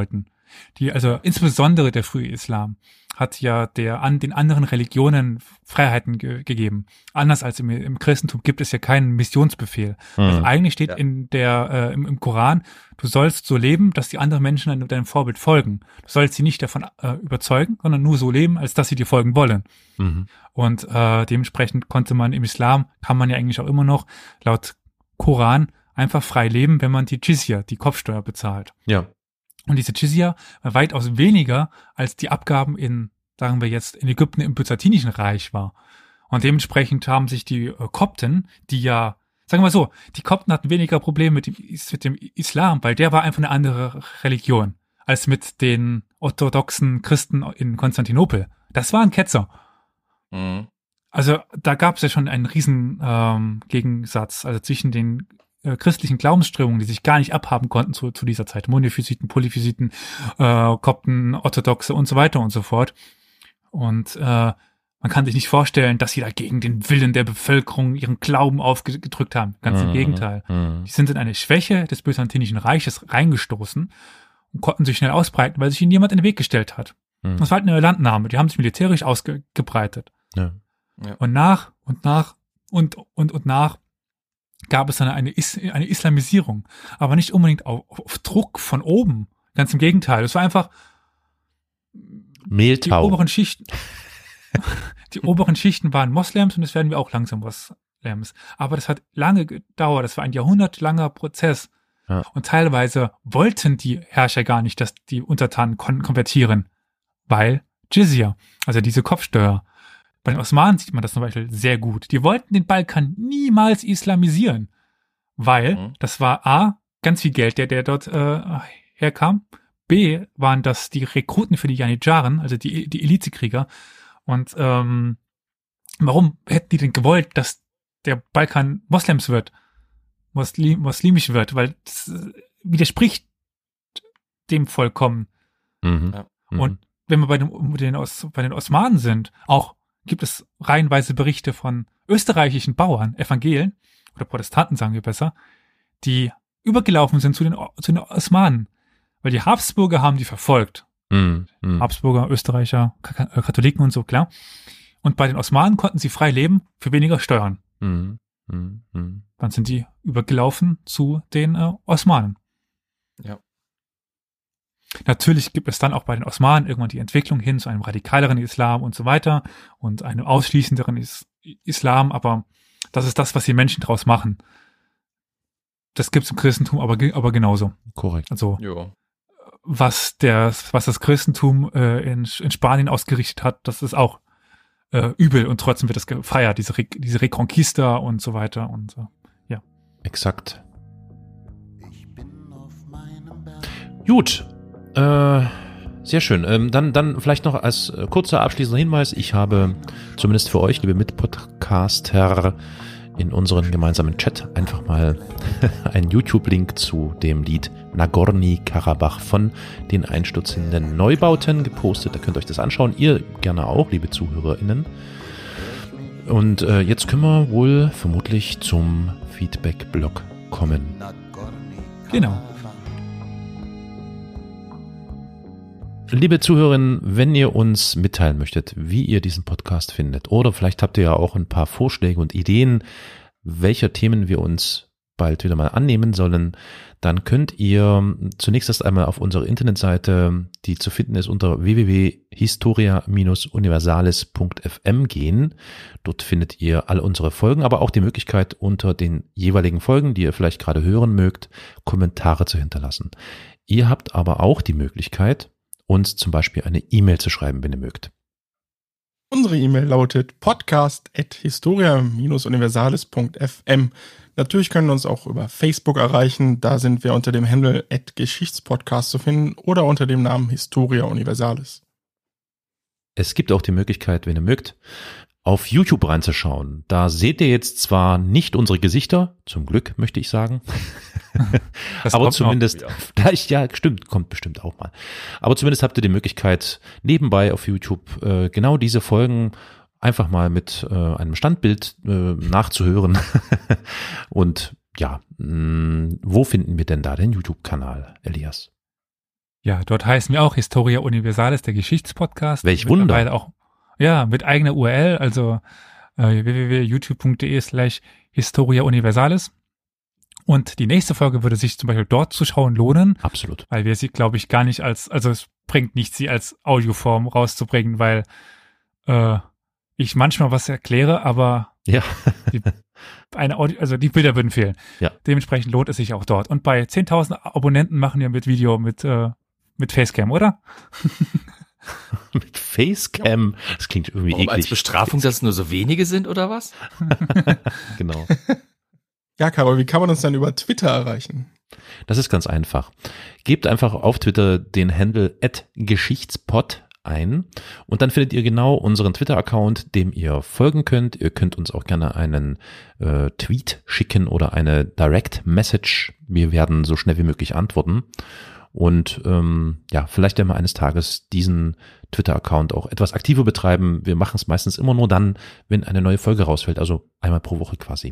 Die, also insbesondere der frühe Islam hat ja der an den anderen Religionen Freiheiten ge- gegeben. Anders als im, im Christentum gibt es ja keinen Missionsbefehl. Mhm. Also eigentlich steht Ja. in der äh, im, im Koran, du sollst so leben, dass die anderen Menschen deinem, deinem Vorbild folgen. Du sollst sie nicht davon äh, überzeugen, sondern nur so leben, als dass sie dir folgen wollen. Mhm. Und äh, dementsprechend konnte man im Islam, kann man ja eigentlich auch immer noch laut Koran einfach frei leben, wenn man die Jizya, die Kopfsteuer bezahlt. Ja. Und diese Jizya war weitaus weniger, als die Abgaben in, sagen wir jetzt, in Ägypten im Byzantinischen Reich war. Und dementsprechend haben sich die äh, Kopten, die ja, sagen wir mal so, die Kopten hatten weniger Probleme mit dem, mit dem Islam, weil der war einfach eine andere Religion, als mit den orthodoxen Christen in Konstantinopel. Das waren Ketzer. Mhm. Also da gab es ja schon einen riesen ähm, Gegensatz, also zwischen den äh, christlichen Glaubensströmungen, die sich gar nicht abhaben konnten zu, zu dieser Zeit. Monophysiten, Polyphysiten, äh, Kopten, Orthodoxe und so weiter und so fort. Und äh, man kann sich nicht vorstellen, dass sie da gegen den Willen der Bevölkerung ihren Glauben aufgedrückt haben. Ganz im Mhm. Gegenteil. Mhm. Die sind in eine Schwäche des Byzantinischen Reiches reingestoßen und konnten sich schnell ausbreiten, weil sich ihnen jemand in den Weg gestellt hat. Mhm. Das war halt eine Landnahme. Die haben sich militärisch ausgebreitet. Ja. Und nach und nach und und und nach gab es dann eine, Is- eine Islamisierung, aber nicht unbedingt auf, auf Druck von oben. Ganz im Gegenteil. Es war einfach die Mehltau. oberen Schichten. Die oberen Schichten waren Moslems und es werden wir auch langsam Moslems. Aber das hat lange gedauert. Das war ein jahrhundertlanger Prozess. Ja. Und teilweise wollten die Herrscher gar nicht, dass die Untertanen kon- konvertieren, weil Jizya, also diese Kopfsteuer. Bei den Osmanen sieht man das zum Beispiel sehr gut. Die wollten den Balkan niemals islamisieren, weil Mhm. das war A, ganz viel Geld, der, der dort äh, herkam. B, waren das die Rekruten für die Janitscharen, also die, die Elitekrieger. Und ähm, warum hätten die denn gewollt, dass der Balkan Moslems wird, Muslim, muslimisch wird? Weil das äh, widerspricht dem vollkommen. Mhm. Ja. Mhm. Und wenn wir bei, dem, bei, den Os, bei den Osmanen sind, auch gibt es reihenweise Berichte von österreichischen Bauern, Evangelien oder Protestanten, sagen wir besser, die übergelaufen sind zu den, zu den Osmanen. Weil die Habsburger haben die verfolgt. Mhm. Mhm. Habsburger, Österreicher, Ka- Katholiken und so, klar. Und bei den Osmanen konnten sie frei leben für weniger Steuern. Mhm. Mhm. Mhm. Dann sind die übergelaufen zu den äh, Osmanen. Ja. Natürlich gibt es dann auch bei den Osmanen irgendwann die Entwicklung hin zu einem radikaleren Islam und so weiter und einem ausschließenderen Is- Islam, aber das ist das, was die Menschen draus machen. Das gibt es im Christentum aber, ge- aber genauso. Korrekt. Also Jo. was der, was das Christentum äh, in, in Spanien ausgerichtet hat, das ist auch äh, übel und trotzdem wird das gefeiert, diese, Re diese Reconquista und so weiter und so. Exakt. Gut. Äh, sehr schön. Ähm, dann, dann vielleicht noch als äh, kurzer abschließender Hinweis. Ich habe zumindest für euch, liebe Mitpodcaster, in unseren gemeinsamen Chat einfach mal einen YouTube-Link zu dem Lied Nagorny-Karabach von den einstürzenden Neubauten gepostet. Da könnt ihr euch das anschauen. Ihr gerne auch, liebe ZuhörerInnen. Und äh, jetzt können wir wohl vermutlich zum Feedback-Blog kommen. Genau. Liebe Zuhörerinnen, wenn ihr uns mitteilen möchtet, wie ihr diesen Podcast findet, oder vielleicht habt ihr ja auch ein paar Vorschläge und Ideen, welcher Themen wir uns bald wieder mal annehmen sollen, dann könnt ihr zunächst erst einmal auf unsere Internetseite, die zu finden ist unter w w w punkt historia Bindestrich universalis punkt f m gehen. Dort findet ihr alle unsere Folgen, aber auch die Möglichkeit, unter den jeweiligen Folgen, die ihr vielleicht gerade hören mögt, Kommentare zu hinterlassen. Ihr habt aber auch die Möglichkeit, uns zum Beispiel eine E-Mail zu schreiben, wenn ihr mögt. Unsere E-Mail lautet podcast at historia Bindestrich universalis punkt f m. Natürlich können wir uns auch über Facebook erreichen. Da sind wir unter dem Handle at Geschichtspodcast zu finden oder unter dem Namen Historia Universalis. Es gibt auch die Möglichkeit, wenn ihr mögt, auf YouTube reinzuschauen. Da seht ihr jetzt zwar nicht unsere Gesichter, zum Glück möchte ich sagen, Das aber kommt zumindest, noch, ja. vielleicht, ja, stimmt, kommt bestimmt auch mal. Aber zumindest habt ihr die Möglichkeit, nebenbei auf YouTube äh, genau diese Folgen einfach mal mit äh, einem Standbild äh, nachzuhören. Und ja, mh, wo finden wir denn da den YouTube-Kanal, Elias? Ja, dort heißen wir auch Historia Universalis, der Geschichtspodcast. Welch Wunder. Mittlerweile auch, ja, mit eigener U R L, also äh, w w w punkt youtube punkt de slash Historia Universalis. Und die nächste Folge würde sich zum Beispiel dort zu schauen lohnen. Absolut. Weil wir sie, glaube ich, gar nicht als, also es bringt nichts, sie als Audioform rauszubringen, weil äh, ich manchmal was erkläre, aber Ja. die, eine Audio, also die Bilder würden fehlen. Ja. Dementsprechend lohnt es sich auch dort. Und bei zehntausend Abonnenten machen wir mit Video mit, äh, mit Facecam, oder? Mit Facecam. Das klingt irgendwie Warum, als eklig. Bestrafung, dass es nur so wenige sind, oder was? Genau. Ja, Carol, wie kann man uns dann über Twitter erreichen? Das ist ganz einfach. Gebt einfach auf Twitter den Handle at Geschichtspod ein und dann findet ihr genau unseren Twitter-Account, dem ihr folgen könnt. Ihr könnt uns auch gerne einen äh, Tweet schicken oder eine Direct Message. Wir werden so schnell wie möglich antworten. Und ähm, ja, vielleicht werden wir eines Tages diesen Twitter-Account auch etwas aktiver betreiben. Wir machen es meistens immer nur dann, wenn eine neue Folge rausfällt, also einmal pro Woche quasi.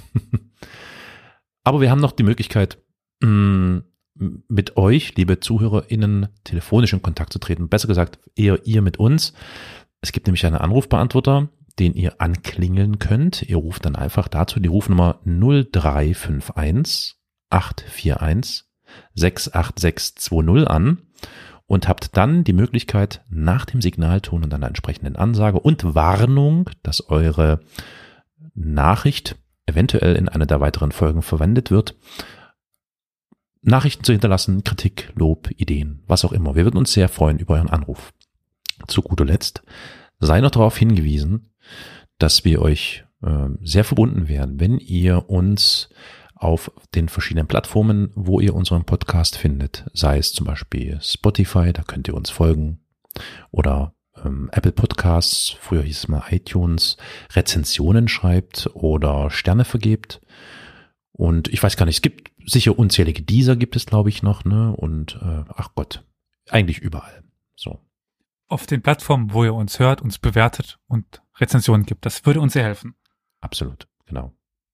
Aber wir haben noch die Möglichkeit, mh, mit euch, liebe ZuhörerInnen, telefonisch in Kontakt zu treten. Besser gesagt, eher ihr mit uns. Es gibt nämlich einen Anrufbeantworter, den ihr anklingeln könnt. Ihr ruft dann einfach dazu die Rufnummer null drei fünf eins acht vier eins sechs acht sechs zwei null an und habt dann die Möglichkeit, nach dem Signalton und einer entsprechenden Ansage und Warnung, dass eure Nachricht eventuell in einer der weiteren Folgen verwendet wird, Nachrichten zu hinterlassen, Kritik, Lob, Ideen, was auch immer. Wir würden uns sehr freuen über euren Anruf. Zu guter Letzt sei noch darauf hingewiesen, dass wir euch äh, sehr verbunden wären, wenn ihr uns auf den verschiedenen Plattformen, wo ihr unseren Podcast findet, sei es zum Beispiel Spotify, da könnt ihr uns folgen, oder ähm, Apple Podcasts, früher hieß es mal iTunes, Rezensionen schreibt oder Sterne vergebt. Und ich weiß gar nicht, es gibt sicher unzählige Deezer gibt es, glaube ich, noch, ne? Und äh, ach Gott, eigentlich überall. So. Auf den Plattformen, wo ihr uns hört, uns bewertet und Rezensionen gibt. Das würde uns sehr helfen. Absolut, genau.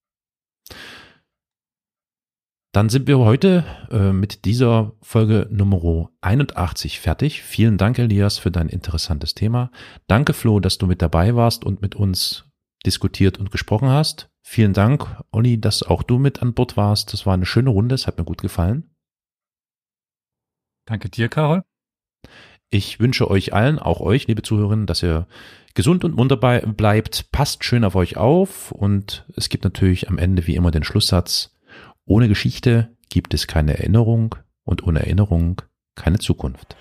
Dann sind wir heute äh, mit dieser Folge Nummer einundachtzig fertig. Vielen Dank, Elias, für dein interessantes Thema. Danke, Flo, dass du mit dabei warst und mit uns diskutiert und gesprochen hast. Vielen Dank, Olli, dass auch du mit an Bord warst. Das war eine schöne Runde, es hat mir gut gefallen. Danke dir, Carol. Ich wünsche euch allen, auch euch, liebe Zuhörerinnen, dass ihr gesund und munter bleibt. Passt schön auf euch auf und es gibt natürlich am Ende wie immer den Schlusssatz: Ohne Geschichte gibt es keine Erinnerung und ohne Erinnerung keine Zukunft.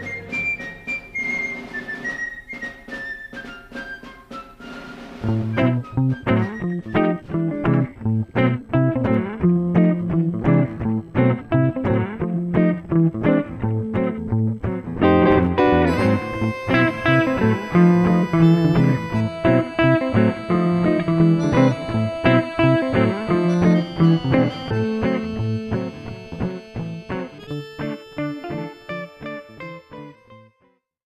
Thank you.